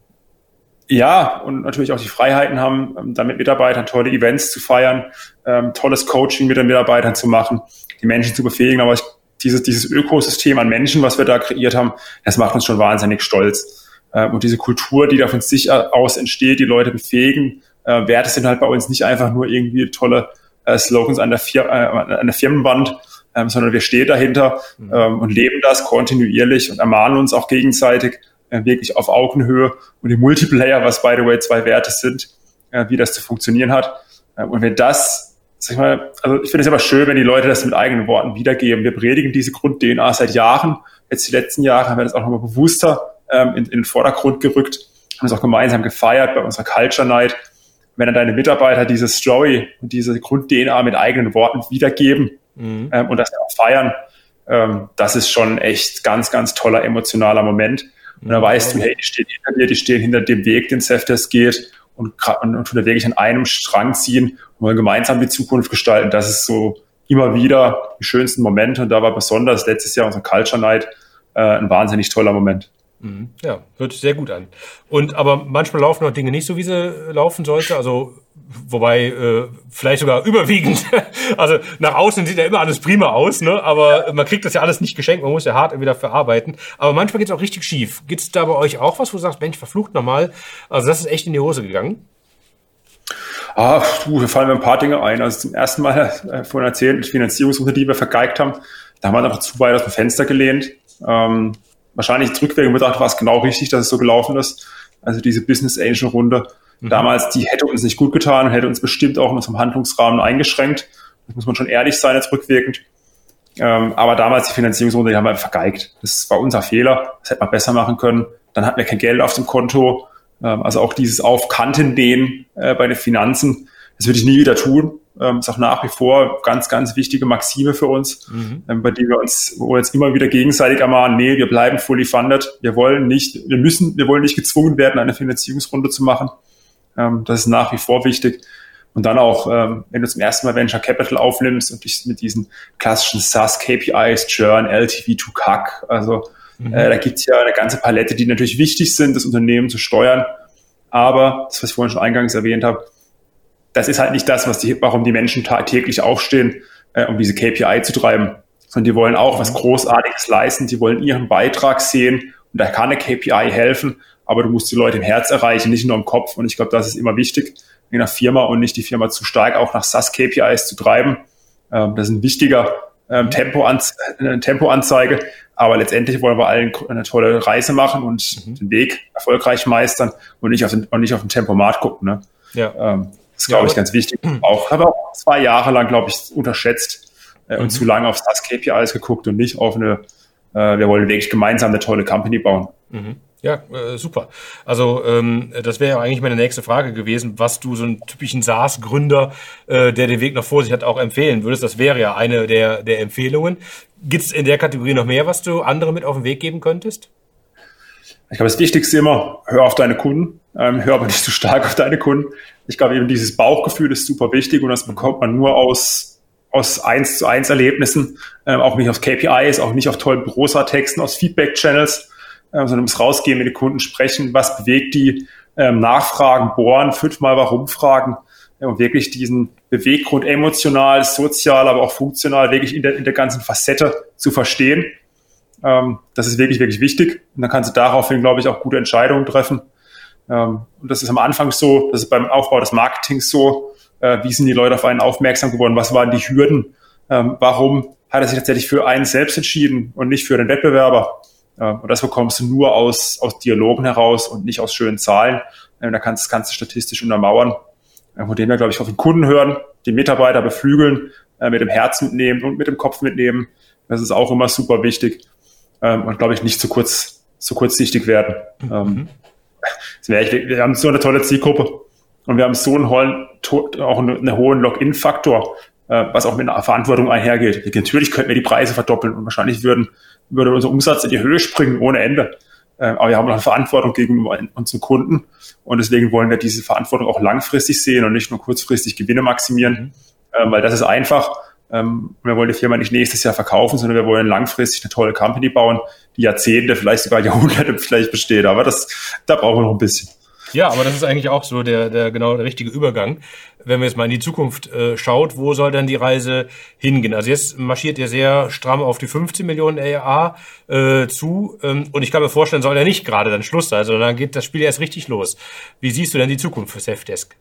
Ja, und natürlich auch die Freiheiten haben, da mit Mitarbeitern tolle Events zu feiern, ähm, tolles Coaching mit den Mitarbeitern zu machen, die Menschen zu befähigen. Aber ich, dieses, dieses Ökosystem an Menschen, was wir da kreiert haben, das macht uns schon wahnsinnig stolz. Ähm, und diese Kultur, die da von sich aus entsteht, die Leute befähigen, äh, Werte sind halt bei uns nicht einfach nur irgendwie tolle äh, Slogans an der, Fir- äh, an der Firmenwand, ähm, sondern wir stehen dahinter mhm. ähm, und leben das kontinuierlich und ermahnen uns auch gegenseitig, wirklich auf Augenhöhe und die Multiplayer, was by the way zwei Werte sind, äh, wie das zu funktionieren hat. Äh, und wenn das, sag ich mal, also ich finde es aber schön, wenn die Leute das mit eigenen-Worten wiedergeben. Wir predigen diese Grund-D N A seit Jahren. Jetzt die letzten Jahre haben wir das auch nochmal bewusster ähm, in, in den Vordergrund gerückt, haben es auch gemeinsam gefeiert bei unserer Culture Night. Wenn dann deine Mitarbeiter diese Story und diese Grund-D N A mit eigenen Worten wiedergeben mhm. ähm, und das auch feiern, ähm, das ist schon echt ganz, ganz toller emotionaler Moment. Und da weißt du, hey, die stehen hinter dir, die stehen hinter dem Weg, den Safdesk geht und, und, und da wirklich an einem Strang ziehen und wollen gemeinsam die Zukunft gestalten. Das ist so immer wieder die schönsten Momente und da war besonders letztes Jahr unsere Culture Night äh, ein wahnsinnig toller Moment. Ja, hört sich sehr gut an. Und aber manchmal laufen auch Dinge nicht so, wie sie laufen sollte. Also wobei äh, vielleicht sogar überwiegend. Also nach außen sieht ja immer alles prima aus, ne? Aber man kriegt das ja alles nicht geschenkt. Man muss ja hart irgendwie dafür arbeiten. Aber manchmal geht's auch richtig schief. Gibt's da bei euch auch was, wo du sagst, Mensch, verflucht nochmal. Also das ist echt in die Hose gegangen. Ah, puh, da fallen mir ein paar Dinge ein. Also zum ersten Mal äh, vorhin erzählt, mit Finanzierungsrunde, die wir vergeigt haben, da haben wir einfach zu weit aus dem Fenster gelehnt. Ähm, wahrscheinlich zurückwirkend betrachtet war es genau richtig, dass es so gelaufen ist. Also diese Business Angel Runde mhm. damals, die hätte uns nicht gut getan und hätte uns bestimmt auch in unserem Handlungsrahmen eingeschränkt. Das muss man schon ehrlich sein, jetzt rückwirkend. Ähm, aber damals die Finanzierungsrunde, die haben wir vergeigt. Das war unser Fehler. Das hätte man besser machen können. Dann hatten wir kein Geld auf dem Konto. Ähm, also auch dieses auf Kanten nähen äh, bei den Finanzen, das würde ich nie wieder tun. Ähm, ist auch nach wie vor ganz, ganz wichtige Maxime für uns, mhm. ähm, bei denen wir uns, wo wir jetzt immer wieder gegenseitig ermahnen, nee, wir bleiben fully funded. Wir wollen nicht, wir müssen, wir wollen nicht gezwungen werden, eine Finanzierungsrunde zu machen. Ähm, das ist nach wie vor wichtig. Und dann auch, ähm, wenn du zum ersten Mal Venture Capital aufnimmst und dich mit diesen klassischen SaaS K P Is, Churn, L T V to C A C, also mhm. äh, da gibt's ja eine ganze Palette, die natürlich wichtig sind, das Unternehmen zu steuern. Aber, das, was ich vorhin schon eingangs erwähnt habe, das ist halt nicht das, was die, warum die Menschen tagtäglich aufstehen, äh, um diese K P I zu treiben. Sondern die wollen auch was Großartiges leisten, die wollen ihren Beitrag sehen und da kann eine K P I helfen, aber du musst die Leute im Herz erreichen, nicht nur im Kopf. Und ich glaube, das ist immer wichtig in einer Firma und nicht die Firma zu stark auch nach SaaS K P Is zu treiben. Ähm, das ist ein wichtiger ähm, Tempoanze- äh, Tempoanzeige, aber letztendlich wollen wir allen eine tolle Reise machen und mhm. den Weg erfolgreich meistern und nicht auf den, und nicht auf den Tempomat gucken. Ne? Ja. Ähm, das ist, glaube ja, ich, ganz wichtig. Auch habe auch zwei Jahre lang, glaube ich, unterschätzt äh, und mhm. zu lange auf das K P Is geguckt und nicht auf eine, äh, wir wollen wirklich gemeinsam eine tolle Company bauen. Mhm. Ja, äh, super. Also ähm, das wäre ja eigentlich meine nächste Frage gewesen, was du so einen typischen SaaS-Gründer, äh, der den Weg noch vor sich hat, auch empfehlen würdest. Das wäre ja eine der, der Empfehlungen. Gibt es in der Kategorie noch mehr, was du anderen mit auf den Weg geben könntest? Ich glaube, das Wichtigste immer, hör auf deine Kunden, ähm, hör aber nicht zu stark auf deine Kunden. Ich glaube, eben dieses Bauchgefühl ist super wichtig und das bekommt man nur aus aus eins zu eins Erlebnissen, ähm, auch nicht aus K P Is, auch nicht auf tollen Prosa-Texten, aus Feedback-Channels, sondern muss rausgehen, mit den Kunden sprechen, was bewegt die, ähm, nachfragen, bohren, fünfmal warum fragen äh, und wirklich diesen Beweggrund emotional, sozial, aber auch funktional wirklich in der, in der ganzen Facette zu verstehen. Ähm, das ist wirklich, wirklich wichtig. Und dann kannst du daraufhin, glaube ich, auch gute Entscheidungen treffen. Ähm, und das ist am Anfang so, das ist beim Aufbau des Marketings so, äh, wie sind die Leute auf einen aufmerksam geworden, was waren die Hürden, ähm, warum hat er sich tatsächlich für einen selbst entschieden und nicht für den Wettbewerber. Und das bekommst du nur aus, aus Dialogen heraus und nicht aus schönen Zahlen. Da kannst, kannst du statistisch untermauern. Von dem her, glaube ich, auf den Kunden hören, die Mitarbeiter beflügeln, mit dem Herz mitnehmen und mit dem Kopf mitnehmen. Das ist auch immer super wichtig. Und, glaube ich, nicht zu kurz, zu kurzsichtig werden. Mhm. Wir haben so eine tolle Zielgruppe und wir haben so einen hohen, auch einen hohen Login-Faktor, was auch mit einer Verantwortung einhergeht. Natürlich könnten wir die Preise verdoppeln und wahrscheinlich würden würde unser Umsatz in die Höhe springen ohne Ende. Aber wir haben noch eine Verantwortung gegenüber unseren Kunden und deswegen wollen wir diese Verantwortung auch langfristig sehen und nicht nur kurzfristig Gewinne maximieren, mhm. weil das ist einfach. Wir wollen die Firma nicht nächstes Jahr verkaufen, sondern wir wollen langfristig eine tolle Company bauen, die Jahrzehnte, vielleicht sogar Jahrhunderte vielleicht besteht. Aber das, da brauchen wir noch ein bisschen. Ja, aber das ist eigentlich auch so der, der genau der richtige Übergang. Wenn wir jetzt mal in die Zukunft äh, schaut, wo soll dann die Reise hingehen? Also jetzt marschiert ihr sehr stramm auf die fünfzehn Millionen A R R äh, zu ähm, und ich kann mir vorstellen, soll ja nicht gerade dann Schluss sein, sondern dann geht das Spiel erst richtig los. Wie siehst du denn die Zukunft für Safdesk?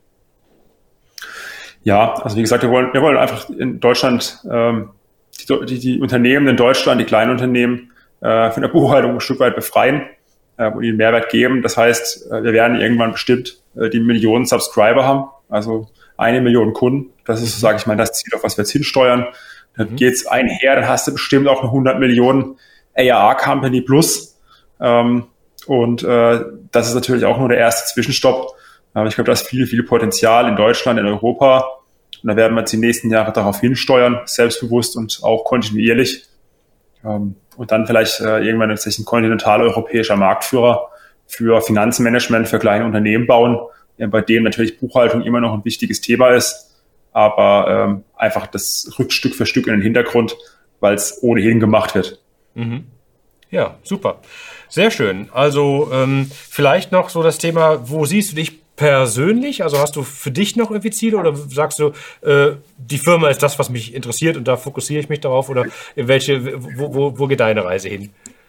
Ja, also wie gesagt, wir wollen, wir wollen einfach in Deutschland ähm, die, die, die Unternehmen in Deutschland, die kleinen Unternehmen äh, von der Buchhaltung ein Stück weit befreien äh, und ihnen Mehrwert geben. Das heißt, äh, wir werden irgendwann bestimmt äh, die Millionen Subscriber haben, also eine Million Kunden. Das ist, sage ich mal, das Ziel, auf was wir jetzt hinsteuern. Dann mhm. geht's einher, dann hast du bestimmt auch eine hundert Millionen A R R-Company plus. Ähm, und äh, das ist natürlich auch nur der erste Zwischenstopp. Aber ich glaube, da ist viel, viel Potenzial in Deutschland, in Europa. Und da werden wir jetzt die nächsten Jahre darauf hinsteuern, selbstbewusst und auch kontinuierlich. Ähm, und dann vielleicht äh, irgendwann tatsächlich ein kontinentaleuropäischer Marktführer für Finanzmanagement, für kleine Unternehmen bauen, ja, bei denen natürlich Buchhaltung immer noch ein wichtiges Thema ist, aber ähm, einfach das rückt Stück für Stück in den Hintergrund, weil es ohnehin gemacht wird. Mhm. Ja, super. Sehr schön. Also ähm, vielleicht noch so das Thema, wo siehst du dich persönlich? Also hast du für dich noch irgendwie Ziele oder sagst du, äh, die Firma ist das, was mich interessiert und da fokussiere ich mich darauf oder in welche, wo, wo, wo geht deine Reise hin?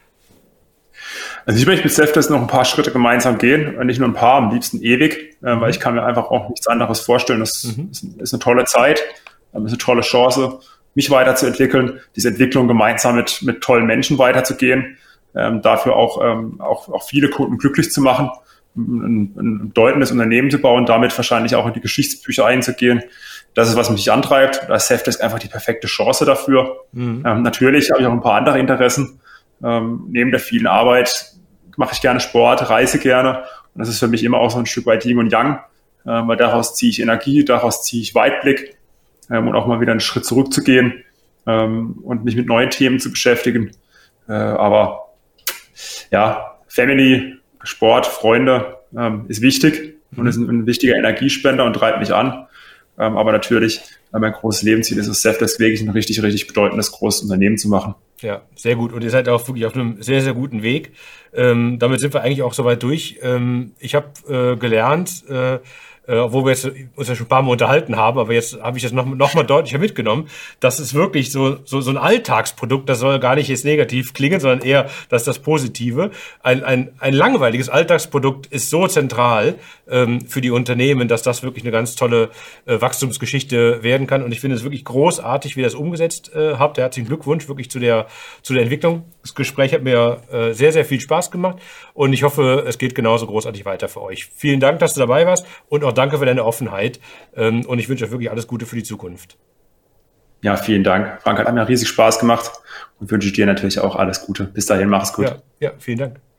Also ich möchte mit Safdesk noch ein paar Schritte gemeinsam gehen, nicht nur ein paar, am liebsten ewig, äh, weil ich kann mir einfach auch nichts anderes vorstellen. Das mhm. ist, ist eine tolle Zeit, das ist eine tolle Chance, mich weiterzuentwickeln, diese Entwicklung gemeinsam mit, mit tollen Menschen weiterzugehen, ähm, dafür auch, ähm, auch, auch viele Kunden glücklich zu machen, ein, ein bedeutendes Unternehmen zu bauen, damit wahrscheinlich auch in die Geschichtsbücher einzugehen. Das ist, was mich antreibt. Da ist Safdesk einfach die perfekte Chance dafür. Mhm. Ähm, natürlich habe ich auch ein paar andere Interessen. Ähm, neben der vielen Arbeit mache ich gerne Sport, reise gerne. Und das ist für mich immer auch so ein Stück weit Yin und Yang, äh, weil daraus ziehe ich Energie, daraus ziehe ich Weitblick ähm, und auch mal wieder einen Schritt zurückzugehen ähm, und mich mit neuen Themen zu beschäftigen. Äh, aber ja, Family, Sport, Freunde ähm, ist wichtig und ist ein, ein wichtiger Energiespender und treibt mich an. Ähm, aber natürlich, äh, mein großes Lebensziel ist es, Safdesk wirklich ein richtig, richtig bedeutendes, großes Unternehmen zu machen. Ja, sehr gut. Und ihr seid auch wirklich auf einem sehr, sehr guten Weg. Ähm, damit sind wir eigentlich auch soweit durch. Ähm, ich habe äh, gelernt, äh, äh, wo wir jetzt uns ja schon ein paar Mal unterhalten haben, aber jetzt habe ich das noch, noch mal deutlicher mitgenommen. Das ist wirklich so, so, so ein Alltagsprodukt, das soll gar nicht jetzt negativ klingen, sondern eher das ist das Positive. Ein, ein, ein langweiliges Alltagsprodukt ist so zentral ähm, für die Unternehmen, dass das wirklich eine ganz tolle äh, Wachstumsgeschichte werden kann. Und ich finde es wirklich großartig, wie ihr das umgesetzt äh, habt. Herzlichen Glückwunsch wirklich zu der, zu der Entwicklung. Das Gespräch hat mir äh, sehr, sehr viel Spaß gemacht und ich hoffe, es geht genauso großartig weiter für euch. Vielen Dank, dass du dabei warst und auch danke für deine Offenheit ähm, und ich wünsche euch wirklich alles Gute für die Zukunft. Ja, vielen Dank. Frank, hat mir riesig Spaß gemacht und wünsche dir natürlich auch alles Gute. Bis dahin, mach es gut. Ja, ja, vielen Dank.